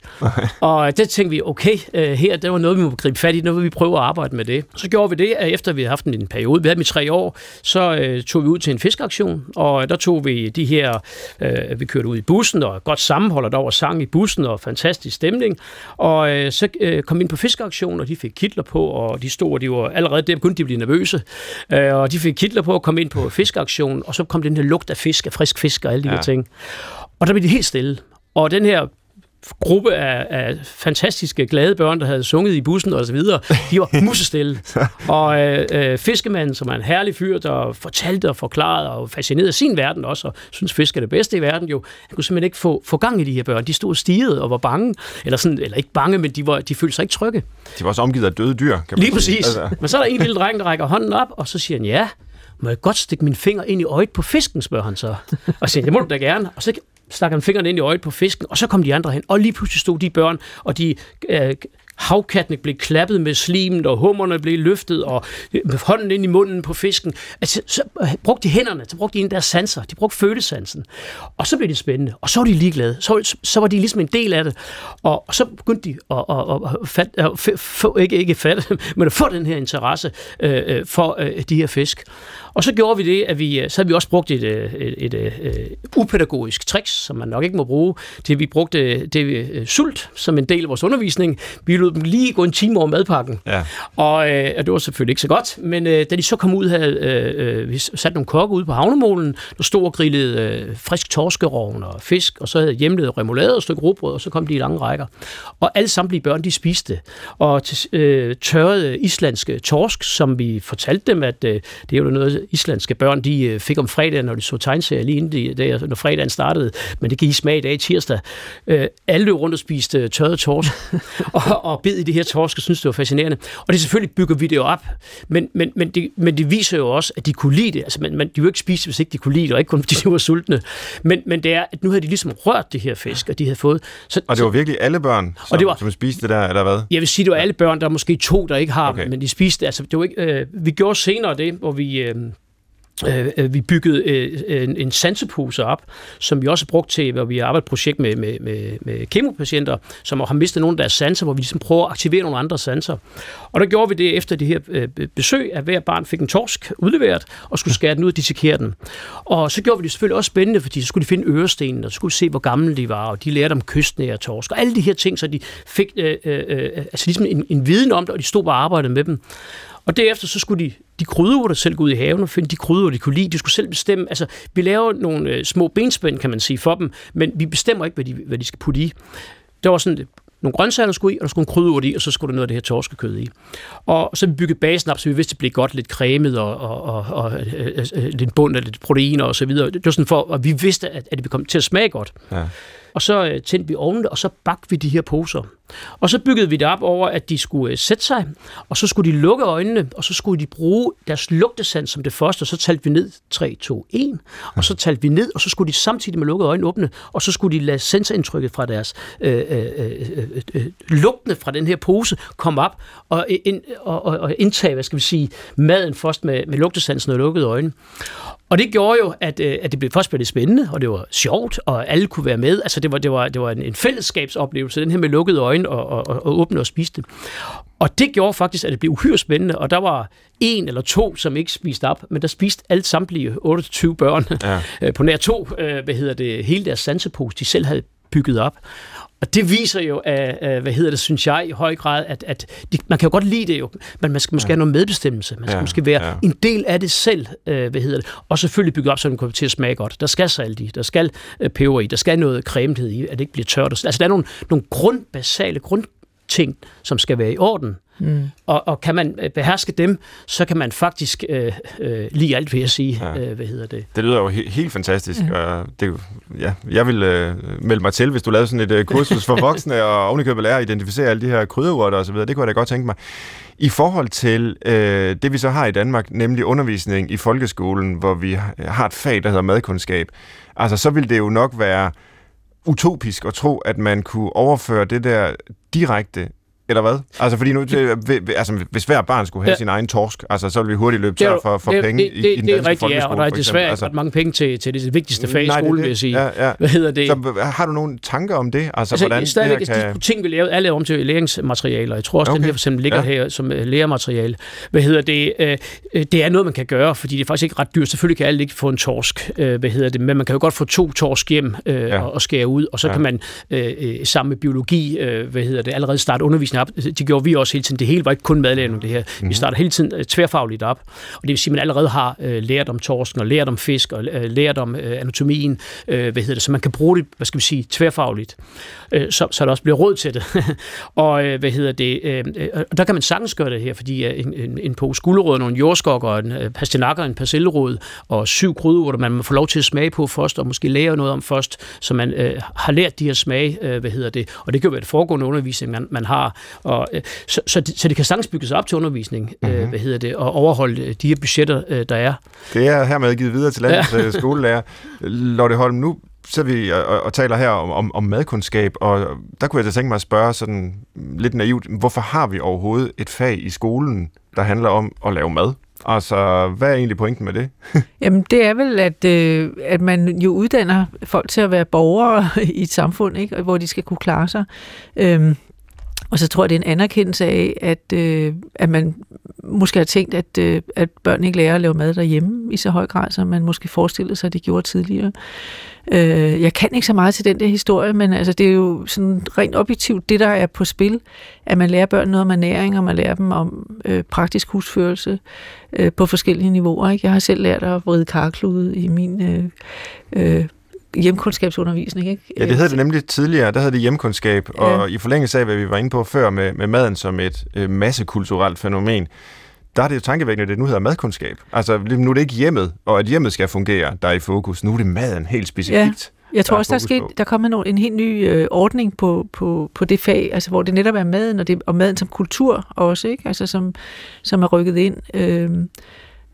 Og det tænkte vi, okay, øh, her, det var noget, vi må gribe fat i, nu vil vi prøve at arbejde med det. Så gjorde vi det, at efter vi havde haft en periode, vi havde dem i tre år, så øh, tog vi ud til en fiskaktion, og der tog vi de her, øh, vi kørte ud i bussen, og godt sammenhold, og der var sang i bussen, og fantastisk stemning. Og øh, så øh, kom vi ind på fiskeaktion, og de fik kitler på, og de stod, og de var allerede der, begyndte de at blive nervøse. Øh, og de fik kitler på at komme ind på fiskeaktion, og så kom den her lugt af fisk, af frisk fisk og alle de ja. her ting. Og der blev de helt stille. Og den her gruppe af, af fantastiske, glade børn, der havde sunget i bussen og så videre, de var musestille. Og øh, fiskemanden, som er en herlig fyr, der fortalte og forklarede og fascinerede sin verden også, og synes fisk er det bedste i verden jo, han kunne simpelthen ikke få, få gang i de her børn. De stod stirrede og var bange, eller, sådan, eller ikke bange, men de, var, de følte sig ikke trygge. De var også omgivet af døde dyr, kan man Lige præcis. Altså. Men så er der en lille dreng, der rækker hånden op, og så siger han, ja, må jeg godt stikke min finger ind i øjet på fisken, spørger han så. Og siger, det må du da gerne. Og så stak han fingeren ind i øjet på fisken, og så kom de andre hen, og lige pludselig stod de børn, og de øh, havkattene blev klappet med slimen, og hummerne blev løftet, og med hånden ind i munden på fisken. Altså, så brugte de hænderne, så brugte de en deres sanser, de brugte følesansen. Og så blev det spændende, og så var de ligeglade. Så, så var de ligesom en del af det. Og, og så begyndte de at, at, at, fat, at få, ikke, ikke fatte, men at få den her interesse øh, for øh, de her fisk. Og så gjorde vi det, at vi, så havde vi også brugt et, et, et, et, et upædagogisk tricks, som man nok ikke må bruge. Det vi brugte det sult som en del af vores undervisning. Vi lod dem lige gå en time over madpakken. Ja. Og, øh, og det var selvfølgelig ikke så godt. Men øh, da de så kom ud, havde øh, vi sat nogle kokke ude på havnemålen, der stod og grillede øh, frisk torskerovn og fisk, og så havde hjemlet remoulade og et stykke rugbrød, og så kom de i lange rækker. Og alle samtlige børn, de spiste det. Og til, øh, tørrede islandske torsk, som vi fortalte dem, at øh, det er jo noget, islandske børn, de fik om fredagen, når de så tegneserier lige inden de, der, når fredagen startede, men det gik i smag i dag tirsdag. Øh, alle løb rundt og spiste tørret torsk, og, og bed i det her torsk, og synes det var fascinerende. Og det selvfølgelig bygger vi det jo op, men, men, men, det, men det viser jo også, at de kunne lide det. Altså, man, man, de ville ikke spise, hvis ikke de kunne lide det, og ikke kun fordi de var sultne. Men, men det er, at nu havde de ligesom rørt det her fisk, og de havde fået... Så, og det var virkelig alle børn, som, og det var, som spiste det der, eller hvad? Jeg vil sige, det var alle børn, der er måske to, der ikke har, okay. men de spiste... Altså, det var ikke, øh, vi gjorde senere det, hvor vi... Øh, Øh, vi byggede øh, en, en sansepose op, som vi også har brugt til, hvor vi har arbejdet et projekt med, med, med, med kemopatienter, som har mistet nogle af deres sanser, hvor vi ligesom prøver at aktivere nogle andre sanser. Og der gjorde vi det efter det her øh, besøg, at hver barn fik en torsk udleveret, og skulle skære den ud og dissekere den. Og så gjorde vi det selvfølgelig også spændende, fordi så skulle de finde ørestenen, og så skulle de se, hvor gamle de var, og de lærte om kystnære torsk, og alle de her ting, så de fik øh, øh, altså ligesom en, en viden om det, og de stod bare og arbejdede med dem. Og derefter så skulle de, de krydderurter selv gå ud i haven og finde de krydderurter, de kunne lide. De skulle selv bestemme. Altså, vi laver nogle øh, små benspænd, kan man sige, for dem, men vi bestemmer ikke, hvad de, hvad de skal putte i. Der var sådan nogle grøntsager, der skulle i, og der skulle en krydderurter i, og så skulle der noget af det her torskekød i. Og så vi byggede basen op, så vi vidste, det blev godt lidt cremet og, og, og, og øh, øh, lidt bund af lidt proteiner og så videre. Det var sådan for, at vi vidste, at, at det kom til at smage godt. Ja. Og så øh, tændte vi ovnen, og så bagte vi de her poser. Og så byggede vi det op over, at de skulle øh, sætte sig, og så skulle de lukke øjnene, og så skulle de bruge deres lugtesans som det første, og så talte vi ned tre, to, et, og så talte vi ned, og så skulle de samtidig med lukkede øjne åbne, og så skulle de lade sensorindtrykket fra deres øh, øh, øh, øh, lugtene fra den her pose komme op og, ind, og, og, og indtage, hvad skal vi sige, maden først med, med lugtesansen og lukkede øjne. Og det gjorde jo, at, at det blev først blev det spændende, og det var sjovt, og alle kunne være med. Altså det var, det var, det var en, en fællesskabsoplevelse, den her med lukkede øjne og, og, og, og åbne og spise det. Og det gjorde faktisk, at det blev uhyre spændende, og der var en eller to, som ikke spiste op, men der spiste alle samtlige otteogtyve børn ja. på nær to, hvad hedder det, hele deres sansepose, de selv havde bygget op. Og det viser jo, at, hvad hedder det, synes jeg, i høj grad, at, at de, man kan jo godt lide det jo, men man skal måske ja. have noget medbestemmelse. Man skal ja, måske være ja. en del af det selv, øh, hvad hedder det. Og selvfølgelig bygge op, så den kommer til at smage godt. Der skal salt i, der skal øh, peber i, der skal noget cremethed i, at det ikke bliver tørt. Altså der er nogle, nogle grundbasale grundting, som skal være i orden. Mm. Og, og kan man beherske dem, så kan man faktisk øh, øh, lide alt, vil jeg sige. Ja. Øh, hvad hedder det? Det lyder jo he- helt fantastisk. Ja. Og det, ja, jeg vil øh, melde mig til, hvis du lavede sådan et øh, kursus for voksne, og ovenikøbet lære at identificere alle de her krydderurter og så videre. Det kunne jeg da godt tænke mig. I forhold til øh, det, vi så har i Danmark, nemlig undervisning i folkeskolen, hvor vi har et fag, der hedder madkundskab, altså så vil det jo nok være utopisk at tro, at man kunne overføre det der direkte. Eller hvad? Altså, fordi nu, altså, hvis hver barn skulle have ja. sin egen torsk, altså, så ville vi hurtigt løbe tør for, for det, penge det, det, i, i den danske folkeskole. Ja, og der er desværre ikke ret mange penge til, til det vigtigste fag i skolen, vil jeg sige. Ja, ja. Hvad hedder det? Så har du nogle tanker om det? Altså, altså hvordan stadigvæk, det her kan... de ting, vi lavede, er lavet om til læringsmaterialer. Jeg tror også, okay. den her for eksempel ligger ja. her som læremateriale. Hvad hedder det? Det er noget, man kan gøre, fordi det er faktisk ikke ret dyrt. Selvfølgelig kan alle ikke få en torsk, hvad hedder det? Men man kan jo godt få to torsk hjem ja. og skære ud, og så ja. kan man sammen med biologi, hvad hedder det, allerede starte undervisning op. Det gjorde vi også hele tiden. Det hele var ikke kun madlavning, det her. Mm-hmm. Vi starter hele tiden uh, tværfagligt op, og det vil sige, at man allerede har uh, lært om torsken, og lært om fisk, og uh, lært om uh, anatomien, uh, hvad hedder det, så man kan bruge det, hvad skal vi sige, tværfagligt, uh, så, så der også bliver råd til det. og uh, hvad hedder det, uh, og der kan man sagtens gøre det her, fordi uh, en, en, en pose gulerødder, nogle jordskokker, en uh, pastinakker, en persillerod, og syv krydderurter, man må få lov til at smage på først, og måske lære noget om først, så man uh, har lært de her smage, uh, hvad hedder det, og det kan jo være det foregående undervisning, man, man har, og uh, Så, så, det, så det kan sagtens bygges op til undervisning, mm-hmm. øh, hvad hedder det, og overholde de her budgetter, øh, der er. Det er hermed givet videre til landets ja. skolelærer. Lotte Holm, nu så vi og, og taler her om, om, om madkundskab, og der kunne jeg da tænke mig at spørge sådan lidt naivt, hvorfor har vi overhovedet et fag i skolen, der handler om at lave mad? Altså, hvad er egentlig pointen med det? Jamen, det er vel, at, øh, at man jo uddanner folk til at være borgere i et samfund, ikke? Hvor de skal kunne klare sig. Øhm, Og så tror jeg, det er en anerkendelse af, at, øh, at man måske har tænkt, at, øh, at børn ikke lærer at lave mad derhjemme i så høj grad, som man måske forestillede sig, at de gjorde tidligere. Øh, jeg kan ikke så meget til den der historie, men altså, det er jo sådan rent objektivt det, der er på spil, at man lærer børn noget om ernæring, og man lærer dem om øh, praktisk husførelse øh, på forskellige niveauer. Ikke? Jeg har selv lært at vride karklude i min... Øh, øh, hjemkundskabsundervisning, ikke? Ja, det havde det nemlig tidligere, der havde det hjemkundskab, ja. Og i forlængelse af, hvad vi var inde på før med, med maden som et øh, massekulturelt fænomen, der er det jo tankevækkende, at det nu hedder madkundskab. Altså, nu er det ikke hjemmet, og at hjemmet skal fungere, der er i fokus. Nu er det maden helt specifikt. Ja. Jeg tror der også, der er sket, der kommer en, en helt ny øh, ordning på, på, på det fag, altså hvor det netop er maden, og, det, og maden som kultur også, ikke? Altså som, som er rykket ind. Øh,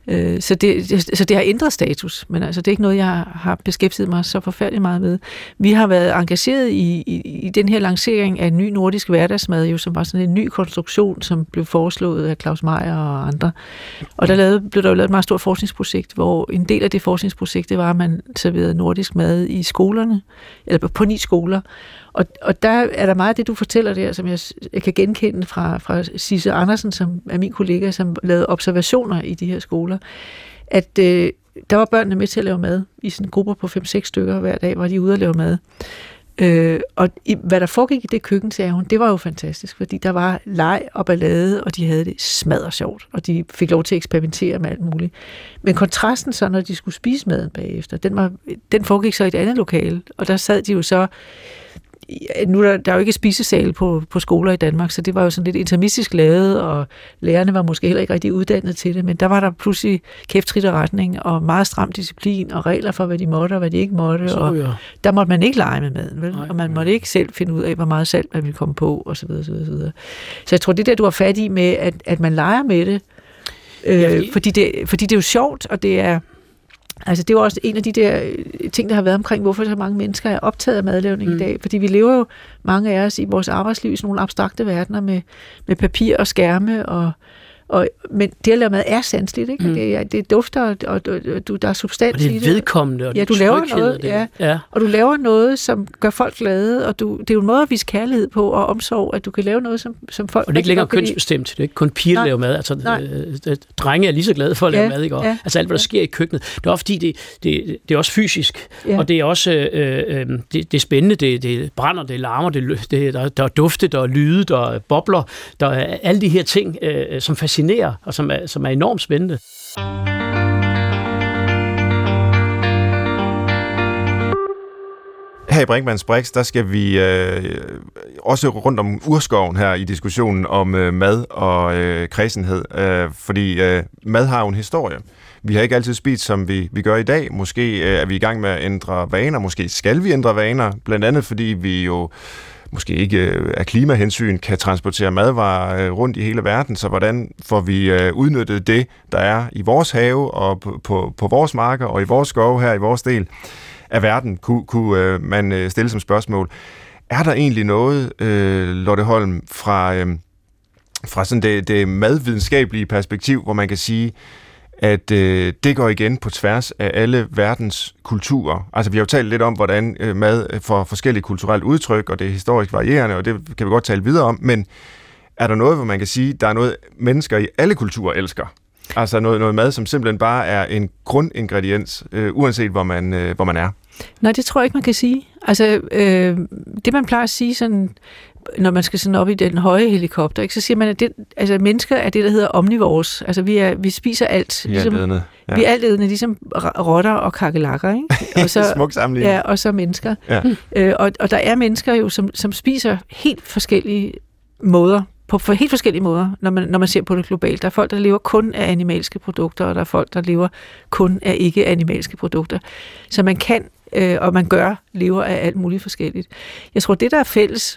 Øh, så, det, så det har ændret status, men altså, det er ikke noget, jeg har beskæftiget mig så forfærdeligt meget med. Vi har været engageret i, i, i den her lancering af en ny nordisk hverdagsmad, jo, som var sådan en ny konstruktion, som blev foreslået af Claus Meyer og andre. Og der lavede, blev der jo lavet et meget stort forskningsprojekt, hvor en del af det forskningsprojekt, det var, at man serverede nordisk mad i skolerne, eller på ni skoler. Og, og der er der meget af det, du fortæller der, som jeg, jeg kan genkende fra, fra Sisse Andersen, som er min kollega, som lavede observationer i de her skoler, at øh, der var børnene med til at lave mad i sådan grupper på fem seks stykker hver dag, hvor de ude at lave mad. Øh, og i, hvad der foregik i det køkken, sagde hun, det var jo fantastisk, fordi der var leg og ballade, og de havde det smadret sjovt, og de fik lov til at eksperimentere med alt muligt. Men kontrasten så, når de skulle spise maden bagefter, den, var, den foregik så i et andet lokale, og der sad de jo så. Nu er der, der er jo ikke spisesal på, på skoler i Danmark, så det var jo sådan lidt intermistisk lavet, og lærerne var måske heller ikke rigtig uddannet til det, men der var der pludselig kæftrit og retning, og meget stram disciplin, og regler for, hvad de måtte, og hvad de ikke måtte, så, og ja. Der måtte man ikke lege med maden, vel? Nej, og man måtte ikke selv finde ud af, hvor meget salt man ville komme på, og så videre, så videre, så videre. Så jeg tror, det der, du har fat i med, at, at man leger med det, øh, ja, fordi... Fordi, det, fordi det er jo sjovt, og det er altså det er jo også en af de der ting, der har været omkring, hvorfor så mange mennesker er optaget af madlavning mm. i dag. Fordi vi lever jo, mange af os, i vores arbejdsliv i sådan nogle abstrakte verdener med, med papir og skærme. Og, og, men det at lave mad er sanseligt, ikke? Mm. Det, det dufter, og, og, og du, der er substans i det. Og det er vedkommende, og ja, du laver noget, ja, ja. Og du laver noget, som gør folk glade, og du, det er jo en måde at vise kærlighed på og omsorg, at du kan lave noget, som, som folk... Og det er ikke længere kønsbestemt, det er ikke kun piger, der laver mad. Altså, øh, drenge er lige så glade for at lave ja, mad, ikke? Og, ja, altså alt, hvad der sker i køkkenet. Det er også fordi, det, det, det er også fysisk, ja. Og det er også øh, øh, det, det er spændende, det, det brænder, det larmer, det, det, der, der er dufte, der er lyde, der er bobler, der er alle de her ting, øh, som fascinerer, og som er, som er enormt spændende. Her i Brinkmanns Brix, der skal vi øh, også rundt om urskoven her i diskussionen om øh, mad og øh, kræsenhed, øh, fordi øh, mad har jo en historie. Vi har ikke altid spist, som vi, vi gør i dag. Måske øh, er vi i gang med at ændre vaner, måske skal vi ændre vaner, blandt andet fordi vi jo måske ikke af klimahensyn kan transportere madvarer rundt i hele verden, så hvordan får vi udnyttet det, der er i vores have og på, på, på vores marker og i vores skove her i vores del af verden, kunne, kunne man stille som spørgsmål. Er der egentlig noget, øh, Lotte Holm, fra, øh, fra sådan det, det madvidenskabelige perspektiv, hvor man kan sige, at øh, det går igen på tværs af alle verdens kulturer. Altså, vi har jo talt lidt om, hvordan øh, mad får forskellige kulturelle udtryk, og det er historisk varierende, og det kan vi godt tale videre om, men er der noget, hvor man kan sige, der er noget, mennesker i alle kulturer elsker? Altså noget, noget mad, som simpelthen bare er en grundingrediens, øh, uanset hvor man, øh, hvor man er? Nej, det tror jeg ikke, man kan sige. Altså, øh, det man plejer at sige sådan, når man skal sådan op i den høje helikopter, ikke, så siger man, at det, altså, mennesker er det, der hedder omnivores. Altså, vi, er, vi spiser alt. Ligesom, ja. Vi er altædende, ligesom rotter og kakelakker, ikke? Og så, smuk sammenligning. Ja, og så mennesker. Ja. Øh, og, og der er mennesker jo, som, som spiser helt forskellige måder, på for helt forskellige måder, når man, når man ser på det globalt. Der er folk, der lever kun af animalske produkter, og der er folk, der lever kun af ikke-animalske produkter. Så man kan, øh, og man gør, lever af alt muligt forskelligt. Jeg tror, det, der er fælles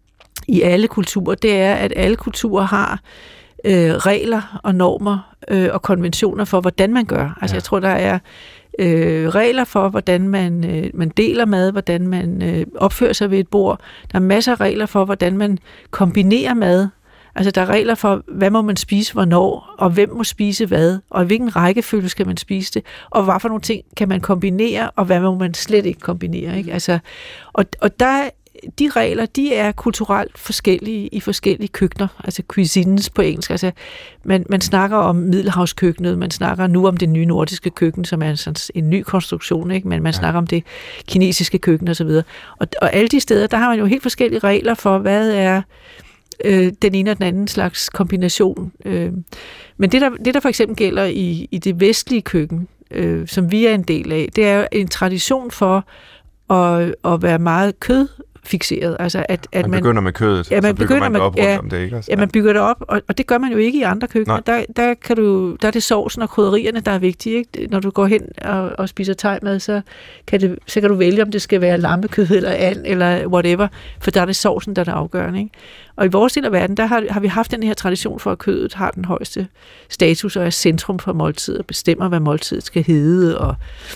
i alle kulturer, det er, at alle kulturer har øh, regler og normer øh, og konventioner for, hvordan man gør. Altså, ja. Jeg tror, der er øh, regler for, hvordan man, øh, man deler mad, hvordan man øh, opfører sig ved et bord. Der er masser af regler for, hvordan man kombinerer mad. Altså, der er regler for, hvad må man spise hvornår, og hvem må spise hvad, og i hvilken rækkefølge skal man spise det, og hvad for nogle ting kan man kombinere, og hvad må man slet ikke kombinere. Ikke? Altså, og, og der de regler, de er kulturelt forskellige i forskellige køkkener, altså cuisines på engelsk. Altså, man, man snakker om Middelhavskøkkenet, man snakker nu om det nye nordiske køkken, som er en, sådan, en ny konstruktion, ikke? Men man ja. snakker om det kinesiske køkken osv. Og, og, og alle de steder, der har man jo helt forskellige regler for, hvad er øh, den ene og den anden slags kombination. Øh, men det der, det, der for eksempel gælder i, i det vestlige køkken, øh, som vi er en del af, det er jo en tradition for at, at være meget kød fixeret. Altså, at, at man begynder man, med kødet, ja, man så bygger begynder man det op ja, rundt om det, ikke? Altså, ja, man bygger det op, og, og det gør man jo ikke i andre køkkener. Der, der, kan du, der er det sovsen og krydderierne, der er vigtige. Ikke? Når du går hen og, og spiser thai-mad, så kan, det, så kan du vælge, om det skal være lammekød eller and, eller whatever, for der er det sovsen, der er det afgørende. Ikke? Og i vores del af verden, der har, har vi haft den her tradition for, at kødet har den højeste status og er centrum for måltidet og bestemmer, hvad måltidet skal hedde, og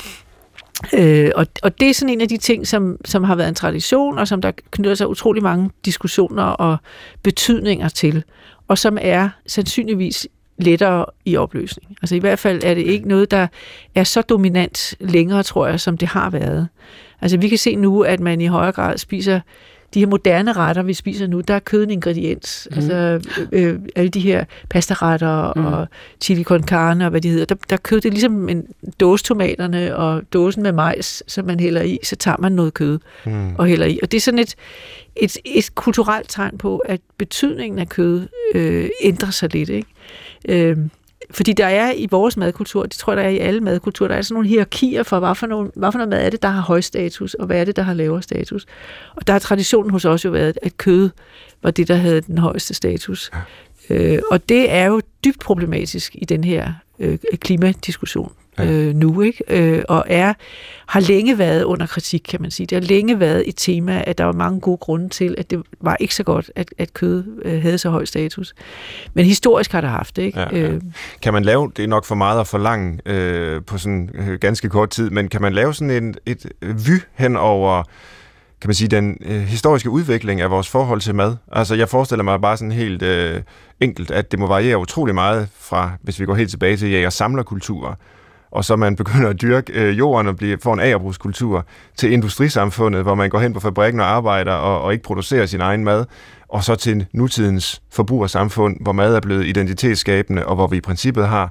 Øh, og, og det er sådan en af de ting, som, som har været en tradition, og som der knytter sig utrolig mange diskussioner og betydninger til, og som er sandsynligvis lettere i opløsning. Altså i hvert fald er det ikke noget, der er så dominant længere, tror jeg, som det har været. Altså vi kan se nu, at man i højere grad spiser de her moderne retter, vi spiser nu, der er kød en ingrediens. Mm. Altså øh, alle de her pastaretter mm. og chili con carne og hvad de hedder, der, der er kød, det er ligesom en dåsetomaterne og dåsen med majs, som man hælder i, så tager man noget kød mm. og hælder i. Og det er sådan et, et, et kulturelt tegn på, at betydningen af kød øh, ændrer sig lidt, ikke? Øh, Fordi der er i vores madkultur, det tror jeg, der er i alle madkulturer, der er sådan nogle hierarkier for, hvad for, nogle, hvad for noget mad er det, der har høj status, og hvad er det, der har lavere status. Og der har traditionen hos os jo været, at kød var det, der havde den højeste status. Ja. Øh, og det er jo dybt problematisk i den her øh, klimadiskussion. Ja. Øh, nu, ikke? Øh, og er, har længe været under kritik, kan man sige. Det har længe været et tema, at der var mange gode grunde til, at det var ikke så godt, at, at kød øh, havde så høj status. Men historisk har det haft det, ikke? Ja, ja. Øh. Kan man lave, det er nok for meget at forlange øh, på sådan øh, ganske kort tid, men kan man lave sådan en, et vy hen over, kan man sige, den øh, historiske udvikling af vores forhold til mad? Altså, jeg forestiller mig bare sådan helt øh, enkelt, at det må variere utrolig meget fra, hvis vi går helt tilbage til jæger-samlerkulturer, og så man begynder at dyrke øh, jorden og blive, får en agerbrugskultur til industrisamfundet, hvor man går hen på fabrikken og arbejder og, og ikke producerer sin egen mad, og så til nutidens forbrugersamfund, hvor mad er blevet identitetsskabende, og hvor vi i princippet har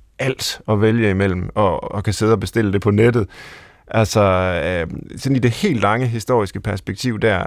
alt at vælge imellem, og, og kan sidde og bestille det på nettet. Altså, øh, sådan i det helt lange historiske perspektiv der,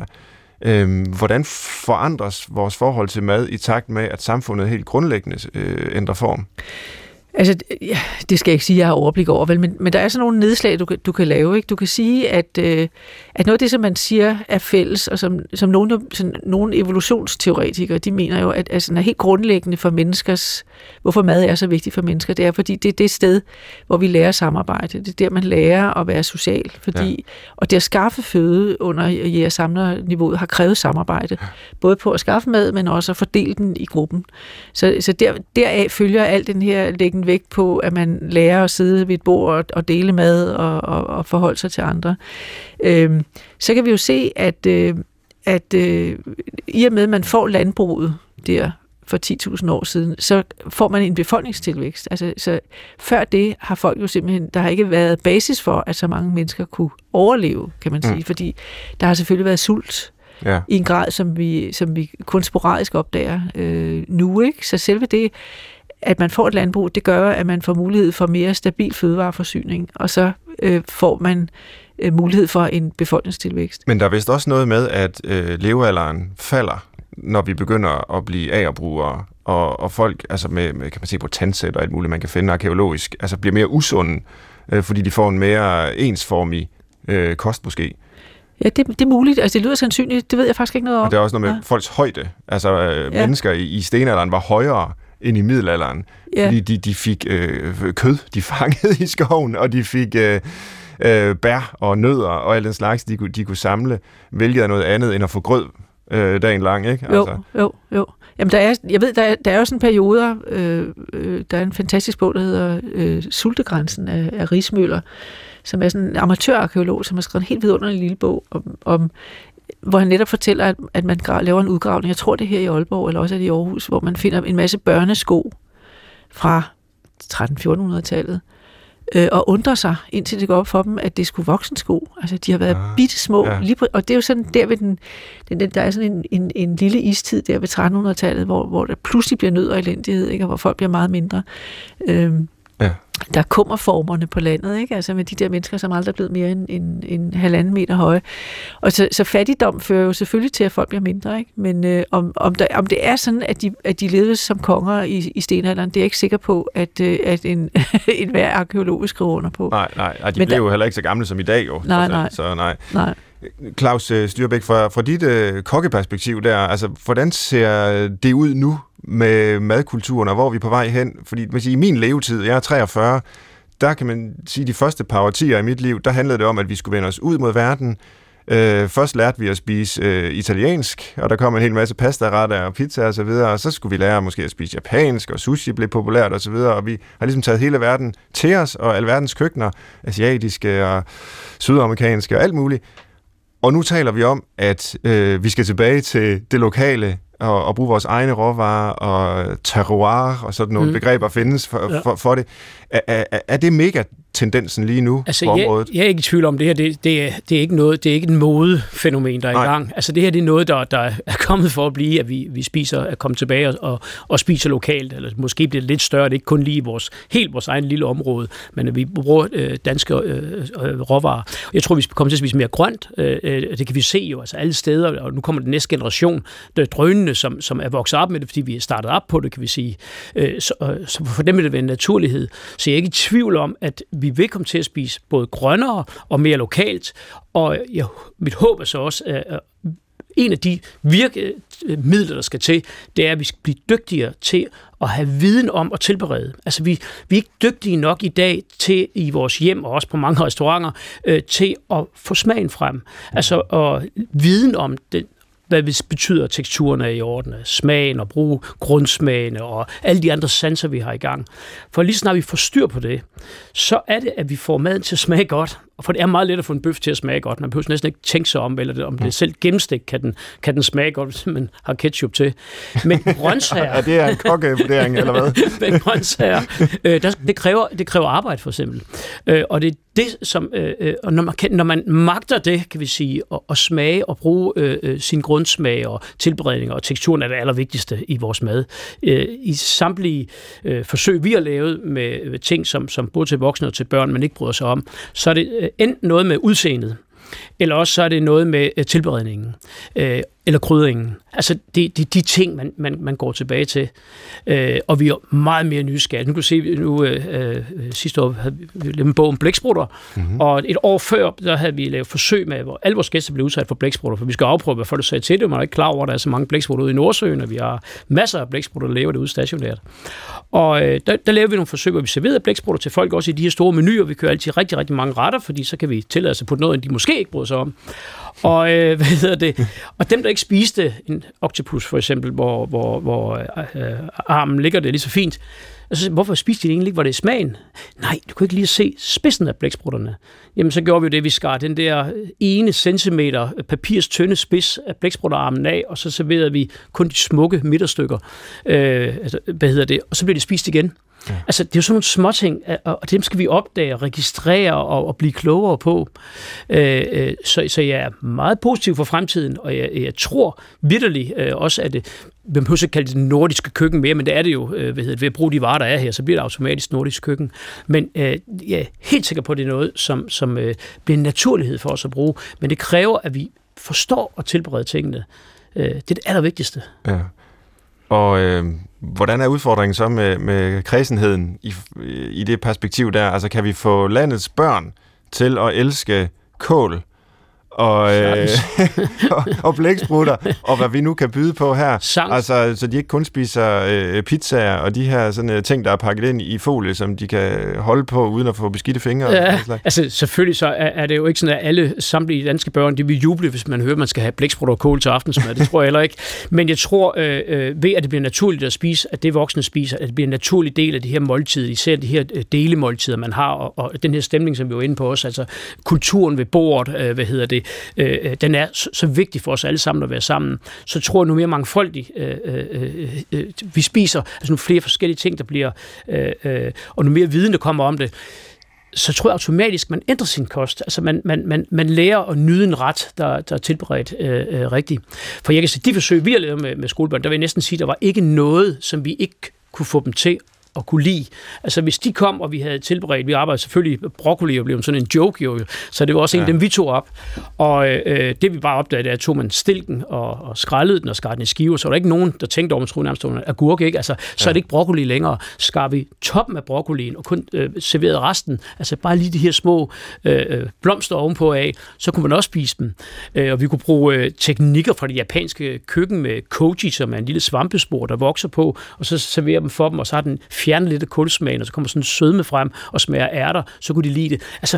øh, hvordan forandres vores forhold til mad i takt med, at samfundet helt grundlæggende øh, ændrer form? Altså, ja, det skal jeg ikke sige, jeg har overblik over, vel, men, men der er sådan nogle nedslag, du, du kan lave. Ikke? Du kan sige, at, øh, at noget af det, som man siger, er fælles, og som, som nogle, sådan, nogle evolutionsteoretikere, de mener jo, at altså, er helt grundlæggende for menneskers, hvorfor mad er så vigtigt for mennesker, det er, fordi det er det sted, hvor vi lærer samarbejde. Det er der, man lærer at være social, fordi, ja. Og det at skaffe føde under jæger-samlerniveauet har krævet samarbejde, både på at skaffe mad, men også at fordele den i gruppen. Så, så der, deraf følger al den her læggen vægt på, at man lærer at sidde ved et bord og, og dele mad og, og, og forholde sig til andre. Øhm, så kan vi jo se, at, øh, at øh, i og med, at man får landbruget der for ti tusind år siden, så får man en befolkningstilvækst. Altså, så før det har folk jo simpelthen, der har ikke været basis for, at så mange mennesker kunne overleve, kan man sige, mm. fordi der har selvfølgelig været sult, ja. I en grad, som vi, som vi kun sporadisk opdager øh, nu, ikke? Så selve det, at man får et landbrug, det gør, at man får mulighed for mere stabil fødevareforsyning, og så øh, får man øh, mulighed for en befolkningstilvækst. Men der er vist også noget med, at øh, levealderen falder, når vi begynder at blive agerbrugere, og, og folk, altså med, med, kan man se på tandsæt og alt muligt, man kan finde arkæologisk, altså bliver mere usunde, øh, fordi de får en mere ensformig øh, kost måske. Ja, det, det er muligt. Altså, det lyder sandsynligt. Det ved jeg faktisk ikke noget om. Og det er også noget med ja. folks højde. Altså, øh, ja. mennesker i, i stenalderen var højere end i middelalderen, ja. fordi de, de fik øh, kød, de fangede i skoven, og de fik øh, øh, bær og nødder og alt den slags, de kunne, de kunne samle, hvilket er noget andet end at få grød øh, dagen lang, ikke? Altså. Jo, jo, jo. Jamen, der er, jeg ved, der er, der er jo sådan perioder, øh, øh, der er en fantastisk bog, der hedder øh, Sultegrænsen af, af Riismøller, som er sådan en amatørarkæolog, som har skrevet en helt vidunderlig lille bog om, om hvor han netop fortæller, at, at man laver en udgravning. Jeg tror, det er her i Aalborg, eller også er det i Aarhus, hvor man finder en masse børnesko fra tretten fjorten hundrede-tallet, øh, og undrer sig, indtil det går op for dem, at det skulle voksensko. Altså, de har været ah, bitte små. Ja. Lige på, og det er jo sådan, der ved den, den, der er sådan en, en, en lille istid der ved tretten hundrede-tallet, hvor, hvor der pludselig bliver nød og elendighed, ikke? Og hvor folk bliver meget mindre. Øhm, ja. Der er kummerformerne på landet, ikke? Altså med de der mennesker, som aldrig er blevet mere end en, en halvanden meter høje. Og så, så fattigdom fører jo selvfølgelig til, at folk bliver mindre, ikke? Men øh, om, om, der, om det er sådan, at de, at de levede som konger i, i stenalderen, det er jeg ikke sikker på, at, øh, at en, en hver arkeolog skriver under på. Nej, nej, nej de Men blev der, jo heller ikke så gamle som i dag, jo. Nej, nej. Så nej. nej. Claus Styrbæk, fra, fra dit øh, kokkeperspektiv der, altså, hvordan ser det ud nu med madkulturen, og hvor er vi på vej hen? Fordi man siger, i min levetid, jeg er treogfyrre, der kan man sige, de første par årtier i mit liv, der handlede det om, at vi skulle vende os ud mod verden. Øh, først lærte vi at spise øh, italiensk, og der kom en hel masse pastaretter og pizza og så videre, og så skulle vi lære måske at spise japansk, og sushi blev populært og så videre, og vi har ligesom taget hele verden til os, og alverdens køkkener, asiatiske og sydamerikanske og alt muligt. Og nu taler vi om, at øh, vi skal tilbage til det lokale, og, og bruge vores egne råvarer, og terroir, og sådan nogle mm. begreber findes for, ja. for, for det. Er, er, er det mega tendensen lige nu altså, på området? Jeg, jeg er ikke i tvivl om det her. Det, det, er, det er ikke noget, det er ikke en modefænomen, der er Nej. i gang. Altså det her det er noget, der, der er kommet for at blive, at vi, vi spiser, at komme tilbage og, og, og spiser lokalt. Eller måske bliver det lidt større. Det er ikke kun lige vores, helt vores egen lille område, men at vi bruger øh, danske øh, råvarer. Jeg tror, vi skal komme til at spise mere grønt. Øh, det kan vi se jo altså alle steder, og nu kommer den næste generation, der drønende, som, som er vokset op med det, fordi vi er startet op på det, kan vi sige. Øh, så, så for dem vil det være en naturlighed. Så jeg er ikke i tvivl om, at vi vil komme til at spise både grønnere og mere lokalt, og jeg, mit håb er så også, at en af de virkemidler, der skal til, det er, at vi skal blive dygtigere til at have viden om at tilberede. Altså, vi, vi er ikke dygtige nok i dag til i vores hjem, og også på mange restauranter, øh, til at få smagen frem. Altså, og viden om det, hvad det betyder, at teksturen er i orden, smagen og bruge grundsmagene og alle de andre sanser, vi har i gang. For lige snart vi får styr på det, så er det, at vi får maden til at smage godt. For det er meget let at få en bøf til at smage godt. Man behøver næsten ikke tænke sig om, eller det, om det er selv gennemstegt, kan den, kan den smage godt, hvis man har ketchup til. Men grøntsager... er det en kokkevurdering, eller hvad? Men grøntsager, øh, der, det, kræver, det kræver arbejde, for eksempel. Øh, og det er det, som... Øh, og når man, kan, når man magter det, kan vi sige, at, at smage og bruge øh, sin grundsmag og tilberedninger, og teksturen er det allervigtigste i vores mad. Øh, I samtlige øh, forsøg, vi har lavet med, med ting, som, som både til voksne og til børn, man ikke bryder sig om, så er det enten noget med udseendet, eller også så er det noget med øh, tilberedningen, øh, eller krydringen. Altså, det, det er de ting, man, man, man går tilbage til. Øh, og vi er meget mere nysgerrige. Nu kan du se, nu øh, øh, sidste år havde vi lavet en bog om blæksprutter, mm-hmm. og et år før, der havde vi lavet forsøg med, hvor alle vores gæster blev udsat for blæksprutter, for vi skal afprøve, hvad folk sagde til det. Man er ikke klar over, at der er så mange blæksprutter ude i Nordsøen, og vi har masser af blæksprutter, der lever derude stationært. Og øh, der, der lavede vi nogle forsøg, hvor vi serverede blæksprutter til folk, også i de her store menuer. Vi kører altid rigtig, rigtig mange retter, fordi så kan vi tillade os at putte noget, de måske ikke bryder sig om. Og, øh, hvad hedder det? Og dem, der ikke spiste en octopus, for eksempel, hvor, hvor, hvor øh, armen ligger det lige så fint, altså, hvorfor spiste de det egentlig ikke, hvor det er smagen? Nej, du kunne ikke lige se spidsen af blæksprutterne. Jamen, så gjorde vi jo det, vi skar den der ene centimeter papirs tynde spids af blæksprutterarmen af, og så serverede vi kun de smukke midterstykker. Øh, altså, hvad hedder det? Og så blev det spist igen. Ja. Altså, det er jo sådan nogle småting, og dem skal vi opdage, registrere og, og blive klogere på. Øh, øh, så, så jeg er meget positiv for fremtiden, og jeg, jeg tror vitterligt øh, også, at det, man behøver ikke kalde det den nordiske køkken mere, men det er det jo, øh, hvad hedder det, ved at bruge de varer, der er her, så bliver det automatisk nordisk køkken. Men øh, jeg er helt sikker på, at det er noget, som, som øh, bliver en naturlighed for os at bruge, men det kræver, at vi forstår at tilberede tingene. Øh, det er det allervigtigste. Ja. Og øh, hvordan er udfordringen så med, med kræsenheden i, i det perspektiv der? Altså, kan vi få landets børn til at elske kål og, øh, og, og blæksprutter, og hvad vi nu kan byde på her? Sankt. Altså, så de ikke kun spiser øh, pizzaer og de her sådan, øh, ting, der er pakket ind i folie, som de kan holde på, uden at få beskidte fingre. Ja, altså selvfølgelig så er, er det jo ikke sådan, at alle samtlige danske børn, de vil juble, hvis man hører, at man skal have blæksprutter og kål til aftensmad. Det tror jeg heller ikke. Men jeg tror, øh, øh, ved at det bliver naturligt at spise, at det voksne spiser, at det bliver en naturlig del af de her måltider, især de her delemåltider, man har, og, og den her stemning, som vi er inde på os, altså kulturen ved bordet, øh, hvad hedder det, Øh, den er så, så vigtig for os alle sammen at være sammen, så tror jeg nu mere mangfoldigt. Øh, øh, øh, vi spiser altså nogle flere forskellige ting, der bliver, øh, øh, og nu mere viden, der kommer om det, så tror jeg automatisk, man ændrer sin kost. Altså man, man, man, man lærer at nyde en ret, der, der er tilberedt øh, øh, rigtigt. For jeg kan sige, de forsøg, vi har lavet med, med skolebørn, der vil jeg næsten sige, der var ikke noget, som vi ikke kunne få dem til at kunne lide. Altså hvis de kom, og vi havde tilberedt, vi arbejdede selvfølgelig, broccoli og blev sådan en joke jo, så det var også ja. en af dem, vi tog op. Og øh, det vi bare opdagede, at tog man stilken og, og skrællede den og skar den i skiver, så var der ikke nogen, der tænkte over, man troede nærmest, at agurk, ikke? Altså, så ja. er det ikke broccoli længere. Skar vi toppen af broccolien og kun øh, serverede resten, altså bare lige de her små øh, blomster ovenpå af, så kunne man også spise dem. Øh, og vi kunne bruge øh, teknikker fra det japanske køkken med koji, som er en lille svampespor, der vokser på, og så serverer dem for dem, og så har den fjernet lidt af kulsmagen, og så kommer sådan en sødme frem og smager ærter, så kunne de lide det. Altså,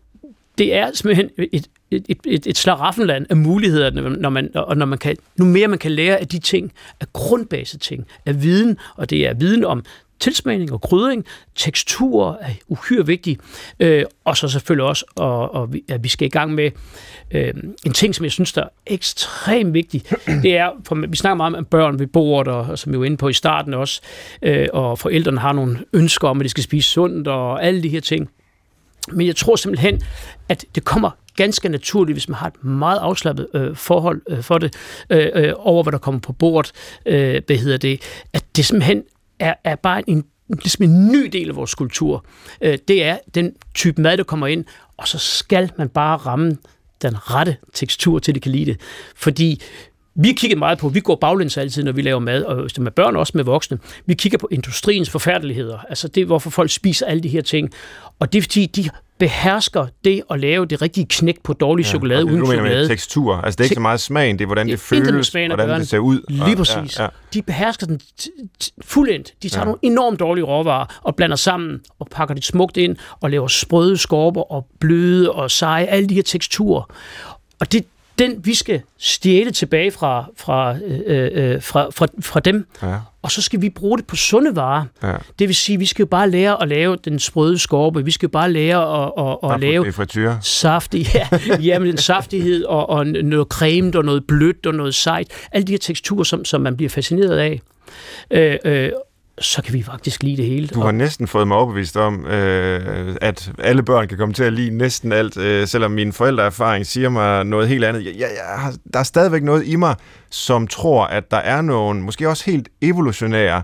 det er simpelthen et, et, et, et, et slaraffenland af muligheder, når man, og når man kan, nu mere man kan lære af de ting, af grundbase ting, af viden, og det er viden om tilsmagning og krydring, teksturer er uhyre vigtige, øh, og så selvfølgelig også, og, og vi, at vi skal i gang med øh, en ting, som jeg synes, der er ekstremt vigtig. Det er, for vi snakker meget om børn ved bordet, og, og som vi var inde på i starten også, øh, og forældrene har nogle ønsker om, at de skal spise sundt, og alle de her ting. Men jeg tror simpelthen, at det kommer ganske naturligt, hvis man har et meget afslappet øh, forhold øh, for det, øh, øh, over hvad der kommer på bordet, øh, hvad hedder det, at det simpelthen er, er bare en, ligesom en ny del af vores kultur. Øh, det er den type mad, der kommer ind, og så skal man bare ramme den rette tekstur, til de kan lide det. Fordi vi kigger meget på, vi går baglæns altid, når vi laver mad, og med børn også med voksne. Vi kigger på industriens forfærdeligheder, altså det, hvorfor folk spiser alle de her ting. Og det er fordi, de behersker det at lave det rigtige knæk på dårlig ja, chokolade uden chokolade. Med tekstur. Altså det er ikke så meget smagen, det er hvordan det, det føles, hvordan det ser ud. Lige præcis. Ja, ja. De behersker den fuldendt. De tager ja. nogle enormt dårlige råvarer og blander sammen og pakker det smukt ind og laver sprøde skorper og bløde og seje, alle de her teksturer. Og det den vi skal stjæle tilbage fra, fra, øh, øh, fra, fra, fra dem, ja. og så skal vi bruge det på sunde varer. Ja. Det vil sige, at vi skal jo bare lære at lave den sprøde skorpe, vi skal bare lære at, at, at lave saftig, ja, jamen, den saftighed og, og noget cremet og noget blødt og noget sejt. Alle de her teksturer, som, som man bliver fascineret af. Øh, øh, så kan vi faktisk lide det hele. Du har næsten fået mig overbevist om, øh, at alle børn kan komme til at lide næsten alt, øh, selvom min forældreerfaring siger mig noget helt andet. Jeg, jeg, jeg har, der er stadigvæk noget i mig, som tror, at der er nogle, måske også helt evolutionære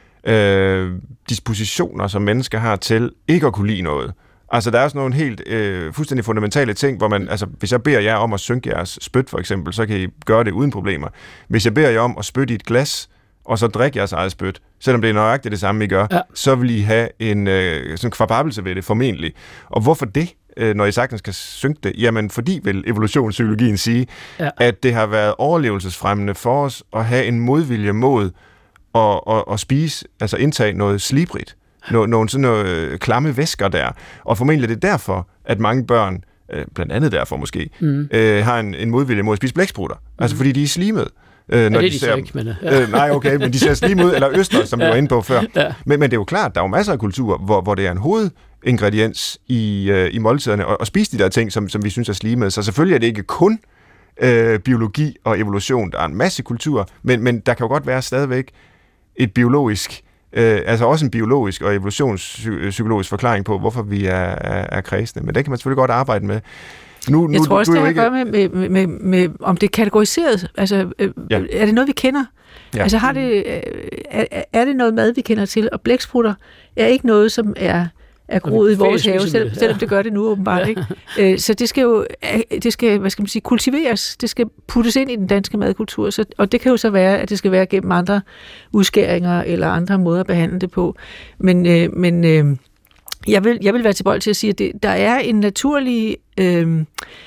øh, dispositioner, som mennesker har til ikke at kunne lide noget. Altså, der er også nogle helt øh, fuldstændig fundamentale ting, hvor man, altså, hvis jeg beder jer om at synke jeres spyt, for eksempel, så kan I gøre det uden problemer. Hvis jeg beder jer om at spytte i et glas, og så drikke jeres eget spyt, selvom det er nøjagtigt det samme, I gør, ja. så vil I have en øh, sådan kvababbelse ved det, formentlig. Og hvorfor det, øh, når I sagtens skal synke det? Jamen, fordi vil evolutionspsykologien sige, ja. at det har været overlevelsesfremmende for os at have en modvilje mod at, at, at spise, altså indtage noget slibrigt, no, nogle sådan noget klamme væsker der. Og formentlig er det derfor, at mange børn, øh, blandt andet derfor måske, mm. øh, har en, en modvilje mod at spise blæksprutter. Mm. Altså fordi de er slimede. Øh, når ja, det er de, de ser, så ikke, men... Ja. Øh, nej, okay, men de ser slim ud, eller øster, som ja. vi var inde på før. Ja. Men, men det er jo klart, der er jo masser af kulturer, hvor, hvor det er en hovedingrediens i, øh, i måltiderne, og, og spise de der ting, som, som vi synes er slimede. Så selvfølgelig er det ikke kun øh, biologi og evolution. Der er en masse kulturer, men, men der kan jo godt være stadigvæk et biologisk, øh, altså også en biologisk og evolutionspsykologisk forklaring på, hvorfor vi er, er, er kredsende. Men det kan man selvfølgelig godt arbejde med. Nu, nu, jeg tror også, du, det har ikke... at gøre med, med, med, med, om det er kategoriseret. Altså, øh, ja. er det noget, vi kender? Ja. Altså, har det, er, er det noget mad, vi kender til? Og blæksprutter er ikke noget, som er, er groet i vores have, selv, selvom det gør det nu åbenbart. Ikke? Øh, så det skal jo det skal, hvad skal man sige, kultiveres. Det skal puttes ind i den danske madkultur. Så, og det kan jo så være, at det skal være gennem andre udskæringer eller andre måder at behandle det på. Men... Øh, men øh, Jeg vil, jeg vil være tilbøjelig til at sige, at det, der er en naturlig øh,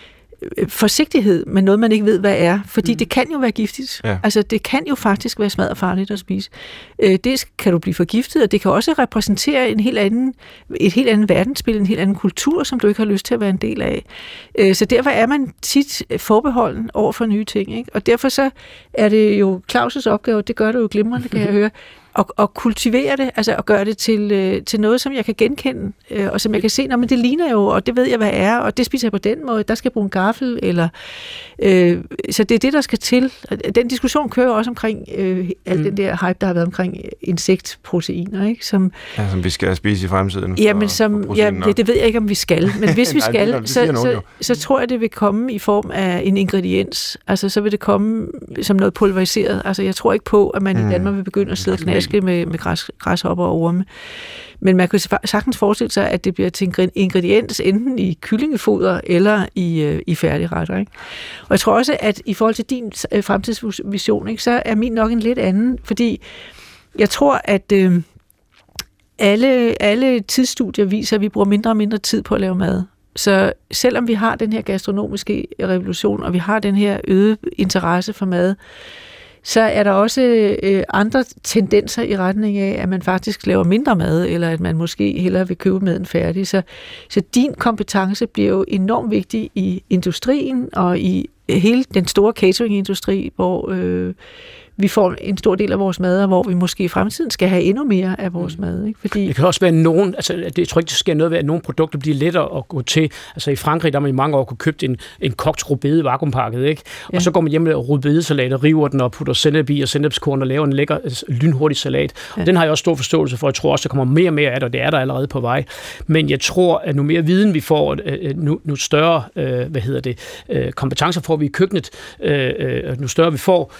forsigtighed med noget, man ikke ved, hvad er. Fordi mm. det kan jo være giftigt. Ja. Altså, det kan jo faktisk være smadderfarligt at spise. Øh, det kan du blive forgiftet, og det kan også repræsentere en helt anden, et helt andet verdensbillede, en helt anden kultur, som du ikke har lyst til at være en del af. Øh, så derfor er man tit forbeholden over for nye ting. Ikke? Og derfor så er det jo Claus' opgave, det gør det jo glimrende, kan jeg høre, Og, og kultivere det, altså at gøre det til, øh, til noget, som jeg kan genkende, øh, og som jeg kan se, nå, men det ligner jo, og det ved jeg, hvad er, og det spiser jeg på den måde, der skal jeg bruge en gaffel, eller... Øh, så det er det, der skal til. Den diskussion kører også omkring øh, al mm. den der hype, der har været omkring insektproteiner, ikke? Som, ja, som vi skal spise i fremtiden. Jamen, som, ja, det, det ved jeg ikke, om vi skal, men hvis vi Nej, skal, det, det så, så, så tror jeg, det vil komme i form af en ingrediens. Altså, så vil det komme som noget pulveriseret. Altså, jeg tror ikke på, at man mm. i Danmark vil begynde at sidde og knæse friske med, med græs, græshopper og orme. Men man kan sagtens forestille sig, at det bliver til en ingrediens enten i kyllingefoder eller i, øh, i færdigretter. Ikke? Og jeg tror også, at i forhold til din øh, fremtidsvision, ikke, så er min nok en lidt anden, fordi jeg tror, at øh, alle, alle tidsstudier viser, at vi bruger mindre og mindre tid på at lave mad. Så selvom vi har den her gastronomiske revolution, og vi har den her øgede interesse for mad, så er der også øh, andre tendenser i retning af, at man faktisk laver mindre mad, eller at man måske hellere vil købe maden færdig. Så, så din kompetence bliver jo enormt vigtig i industrien, og i hele den store cateringindustri, hvor øh, vi får en stor del af vores mad, hvor vi måske i fremtiden skal have endnu mere af vores mad. Ikke? Fordi det kan også være nogen, altså det, jeg tror ikke, det sker noget ved, at nogle produkter bliver lettere at gå til. Altså i Frankrig, der har man i mange år kunne købt en, en kogt rødbede i vakuumpakket, ikke? Og ja. Så går man hjem med rødbedesalat og river den og putter sennep i og sennepskorn og laver en lækker, lynhurtig salat. Ja. Og den har jeg også stor forståelse for. Jeg tror også, der kommer mere og mere af det, og det er der allerede på vej. Men jeg tror, at nu mere viden vi får, nu, nu større, hvad hedder det, kompetencer får vi i køkkenet, nu større vi får,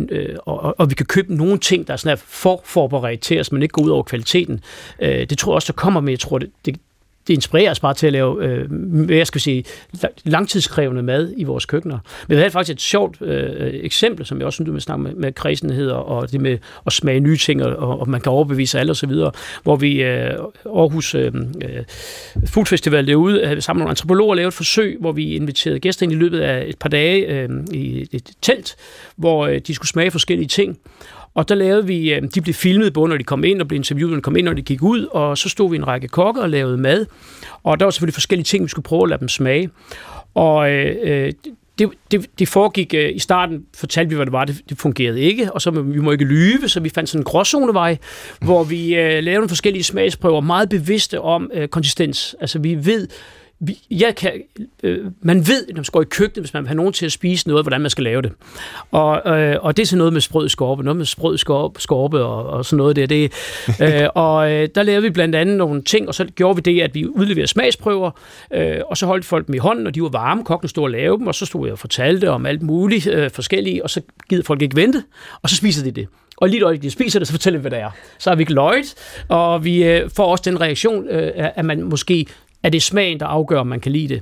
Og, og vi kan købe nogle ting, der er sådan for forberedt til os, men ikke går ud over kvaliteten. Øh, det tror jeg også, der kommer med. Jeg tror, det, det, det inspirerer os bare til at lave øh, hvad jeg skal sige, langtidskrævende mad i vores køkkener. Men vi havde faktisk et sjovt øh, eksempel, som jeg også synes, du vil snakke med, med kredsenhed og det med at smage nye ting, og, og man kan overbevise alle og så videre, hvor vi øh, Aarhus øh, Food Festival derude havde sammen med nogle antropologer lavet et forsøg, hvor vi inviterede gæster ind i løbet af et par dage øh, i et telt, hvor øh, de skulle smage forskellige ting. Og der lavede vi, de blev filmet både når de kom ind og blev interviewet, når de kom ind, når de gik ud, og så stod vi en række kokker og lavede mad. Og der var selvfølgelig forskellige ting, vi skulle prøve at lade dem smage. Og øh, det, det, det foregik, øh, i starten fortalte vi, hvad det var, det, det fungerede ikke, og så vi må ikke lyve, så vi fandt sådan en gråzonevej, hvor vi øh, lavede nogle forskellige smagsprøver, meget bevidste om øh, konsistens. Altså vi ved, Vi, jeg kan, øh, man ved, når man går i køkkenet, hvis man vil have nogen til at spise noget, hvordan man skal lave det. Og, øh, og det er sådan noget med sprød skorpe, noget med sprød skorpe, skorpe og, og sådan noget der. Det, øh, og øh, der lavede vi blandt andet nogle ting, og så gjorde vi det, at vi udleverede smagsprøver, øh, og så holdt folk dem i hånden, og de var varme, kokken stod og lavede dem, og så stod jeg og fortalte om alt muligt øh, forskellige, og så gider folk ikke vente, og så spiser de det. Og lige da de spiser det, så fortæller vi, hvad det er. Så har vi ikke løjet, og vi øh, får også den reaktion, øh, at man måske er det smagen, der afgør, om man kan lide det.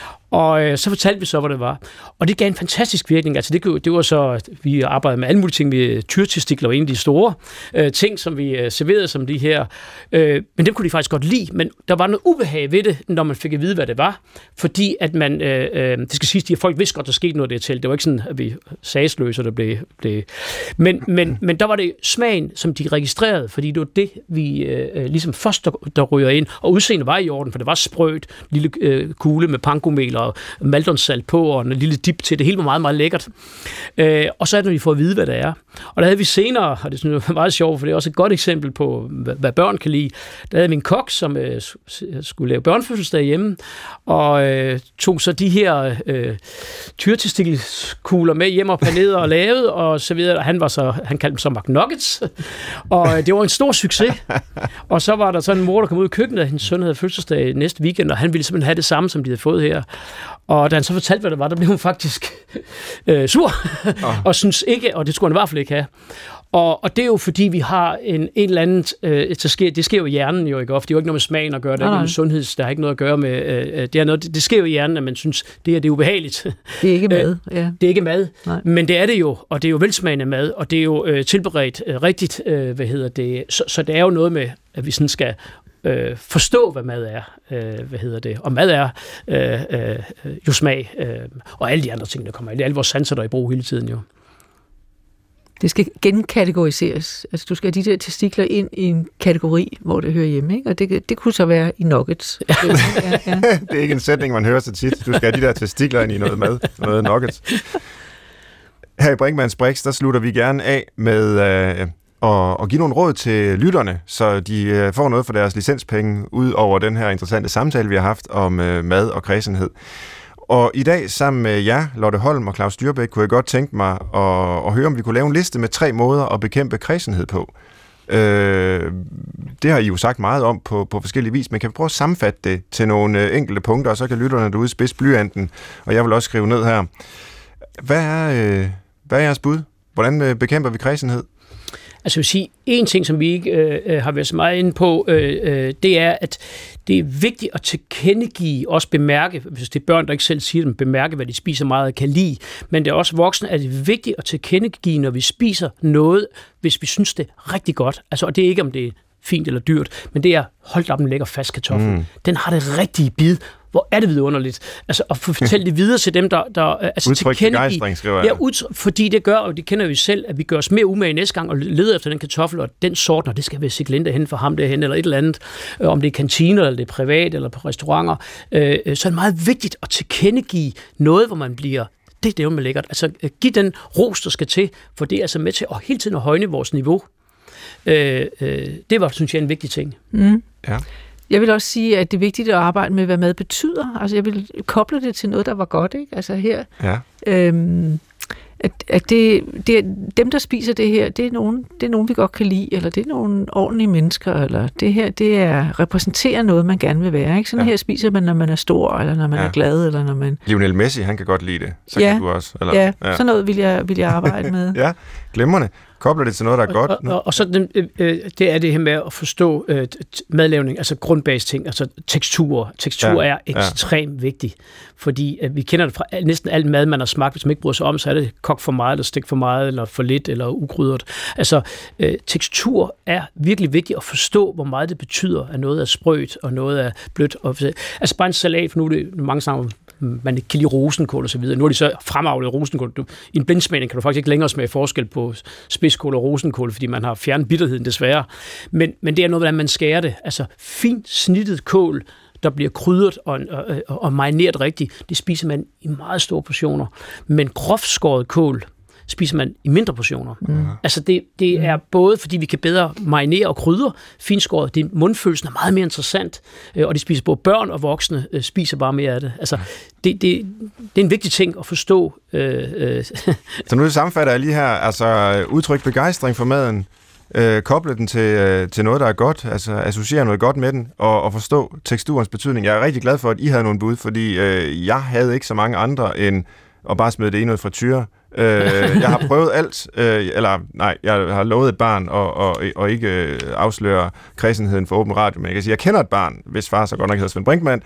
Og øh, så fortalte vi så, hvad det var. Og det gav en fantastisk virkning. Altså det, det var så, vi arbejdede med alle mulige ting. Vi tyrtestikler var en af de store øh, ting, som vi øh, serverede som de her. Øh, men dem kunne de faktisk godt lide. Men der var noget ubehag ved det, når man fik at vide, hvad det var. Fordi at man, øh, øh, det skal siges, at de folk vidste godt, der skete noget dertil. Det var ikke sådan, at vi sagsløse, der blev... blev. Men, men, men der var det smagen, som de registrerede, fordi det var det, vi øh, ligesom først, der, der ryger ind. Og udseendet var i orden, for det var sprødt, lille øh, kugle med pangomel og maldonsalt på, og en lille dip til. Det hele var meget, meget lækkert. Øh, og så er det, når vi får at vide, hvad det er. Og der havde vi senere, og det synes jeg var meget sjovt, for det er også et godt eksempel på, hvad, hvad børn kan lide. Der havde vi en kok, som øh, skulle lave børnefødselsdag hjemme, og øh, tog så de her øh, tyrtestikelskugler med hjem og panerede og lavede, og så videre. Han var så, han kaldte dem så McNuggets, og øh, det var en stor succes. Og så var der sådan en mor, der kom ud i køkkenet, og hendes søn havde fødselsdag næste weekend, og han ville simpelthen have det samme, som de havde fået her. Og da han så fortalte, hvad det var, der blev hun faktisk øh, sur, oh. og synes ikke, og det skulle han i hvert fald ikke have. Og, og det er jo fordi, vi har en, en eller anden, øh, det, sker, det sker jo i hjernen jo ikke ofte, det er jo ikke noget med smagen at gøre, det er ikke noget med sundheds, der har ikke noget at gøre med, øh, det, er noget, det, det sker jo i hjernen, at man synes, det her det er ubehageligt. Det er ikke mad, ja. Det er ikke mad, Nej. Men det er det jo, og det er jo velsmagende mad, og det er jo øh, tilberedt øh, rigtigt, øh, hvad hedder det, så, så det er jo noget med, at vi sådan skal Øh, forstå, hvad mad er, øh, hvad hedder det, og mad er øh, øh, jo smag, øh, og alle de andre ting, der kommer, alle vores sanser, der er i brug hele tiden jo. Det skal genkategoriseres. Altså, du skal have de der testikler ind i en kategori, hvor det hører hjemme, ikke? Og det, det kunne så være i nuggets. Ja. Ja, ja. Det er ikke en sætning, man hører så tit. Du skal have de der testikler ind i noget mad, noget nuggets. Her i Brinkmanns Brix, der slutter vi gerne af med... Øh, Og, og give nogle råd til lytterne, så de øh, får noget for deres licenspenge ud over den her interessante samtale, vi har haft om øh, mad og kræsenhed. Og i dag, sammen med jer, Lotte Holm og Claus Dyrbæk, kunne jeg godt tænke mig at, at høre, om vi kunne lave en liste med tre måder at bekæmpe kræsenhed på. Øh, det har I jo sagt meget om på, på forskellige vis, men kan vi prøve at sammenfatte det til nogle øh, enkelte punkter, og så kan lytterne derude spidse blyanten, og jeg vil også skrive ned her. Hvad er, øh, hvad er jeres bud? Hvordan øh, bekæmper vi kræsenhed? Altså jeg vil sige, en ting, som vi ikke øh, har været så meget inde på, øh, det er, at det er vigtigt at tilkendegive, også bemærke, hvis det er børn, der ikke selv siger det, bemærke, hvad de spiser meget og kan lide, men det er også voksne, at det er vigtigt at tilkendegive, når vi spiser noget, hvis vi synes, det er rigtig godt. Altså, og det er ikke, om det er fint eller dyrt, men det er, hold op en lækker fast kartoffel. Mm. Den har det rigtige bid. Hvor er det vidunderligt. Altså, at fortælle det videre til dem, der... der altså, udtryk begejstring, skriver jeg. Ja, udtryk, fordi det gør, og det kender vi selv, at vi gør os mere umage næste gang, og leder efter den kartoffel, og den sort, når det skal være Siglinda hen for ham derhen, eller et eller andet, øh, om det er kantiner, eller det er privat, eller på restauranter, øh, så er det meget vigtigt at tilkendegive noget, hvor man bliver... Det, det er jo med lækkert. Altså, giv den ros, der skal til, for det er altså med til at hele tiden at højne vores niveau. Øh, øh, det var, synes jeg, en vigtig ting. Mm. Ja. Jeg vil også sige, at det er vigtigt at arbejde med, hvad mad betyder. Altså, jeg vil koble det til noget, der var godt, ikke? Altså her... Ja. Øhm, at, at det, det, dem, der spiser det her, det er, nogen, det er nogen, vi godt kan lide, eller det er nogle ordentlige mennesker, eller det her, det er, repræsenterer noget, man gerne vil være. Ikke? Sådan ja. Her spiser man, når man er stor, eller når man ja. er glad, eller når man... Lionel Messi, han kan godt lide det. Så ja. kan du også. Eller? Ja, ja, sådan noget vil jeg, vil jeg arbejde med. Ja, glimrende. Kobler det til noget, der er godt. Og, og, og så det, øh, det er det her med at forstå øh, madlavning, altså grundbase ting, altså tekstur. Tekstur ja, er ekstremt ja. vigtig, fordi øh, vi kender det fra næsten alt mad, man har smagt. Hvis man ikke bryder sig om, så er det kogt for meget, eller stik for meget, eller for lidt, eller ukrydret. Altså, øh, tekstur er virkelig vigtigt at forstå, hvor meget det betyder, at noget er sprødt, og noget er blødt. Og, altså bare en salat, for nu er det mange snakker man ikke kan lide rosenkål og så videre. Nu er de så fremavlet rosenkål. Du, I en blindsmagning kan du faktisk ikke længere smage forskel på spidskål og rosenkål, fordi man har fjernet bitterheden desværre. Men, men det er noget, hvordan man skærer det. Altså fint snittet kål, der bliver krydret og, og, og, og marineret rigtigt, det spiser man i meget store portioner. Men groft skåret kål spiser man i mindre portioner. Mm. Altså det, det er både, fordi vi kan bedre marinere og krydre finskåret, det mundfølelsen er meget mere interessant, og de spiser både børn og voksne, øh, spiser bare mere af det. Altså det, det, det er en vigtig ting at forstå. Øh, øh. Så nu sammenfatter jeg lige her, altså udtryk begejstring for maden, øh, koble den til, øh, til noget, der er godt, altså associere noget godt med den, og, og forstå teksturens betydning. Jeg er rigtig glad for, at I havde nogle bud, fordi øh, jeg havde ikke så mange andre end at bare smide det i noget frityre. øh, jeg har prøvet alt, øh, eller nej, jeg har lovet et barn og, og, og ikke øh, afsløre kræsenheden for åben radio, men jeg kan sige, jeg kender et barn, hvis far så godt nok hedder Svend Brinkmann,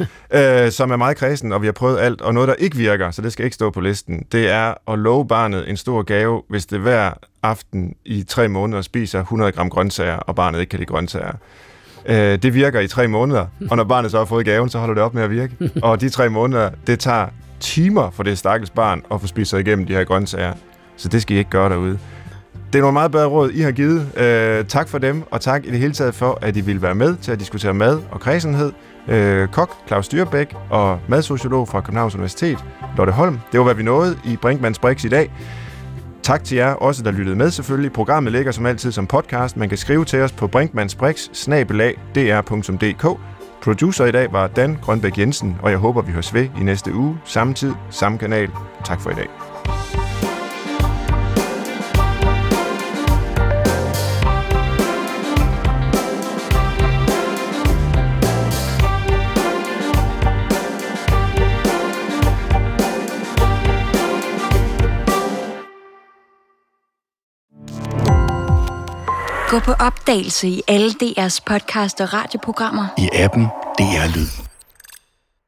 øh, som er meget kræsen, og vi har prøvet alt, og noget, der ikke virker, så det skal ikke stå på listen, det er at love barnet en stor gave, hvis det hver aften i tre måneder spiser hundrede gram grøntsager, og barnet ikke kan lide grøntsager. Øh, det virker i tre måneder, og når barnet så har fået gaven, så holder det op med at virke. Og de tre måneder, det tager timer for det stakkels barn at få spist sig igennem de her grøntsager. Så det skal I ikke gøre derude. Det er nogle meget bedre råd, I har givet. Øh, tak for dem, og tak i det hele taget for, at I ville være med til at diskutere mad og kræsenhed. Øh, kok Claus Dyrebæk og madsociolog fra Københavns Universitet, Lotte Holm. Det var, hvad vi nåede i Brinkmanns Brix i dag. Tak til jer også, der lyttede med selvfølgelig. Programmet ligger som altid som podcast. Man kan skrive til os på brinkmannsbrix snabel-a d r punktum d k. Producer i dag var Dan Grønbæk Jensen, og jeg håber, vi høres ved i næste uge. Samme tid, samme kanal. Tak for i dag. Gå på opdagelse i alle D R's podcast og radioprogrammer. I appen D R Lyd.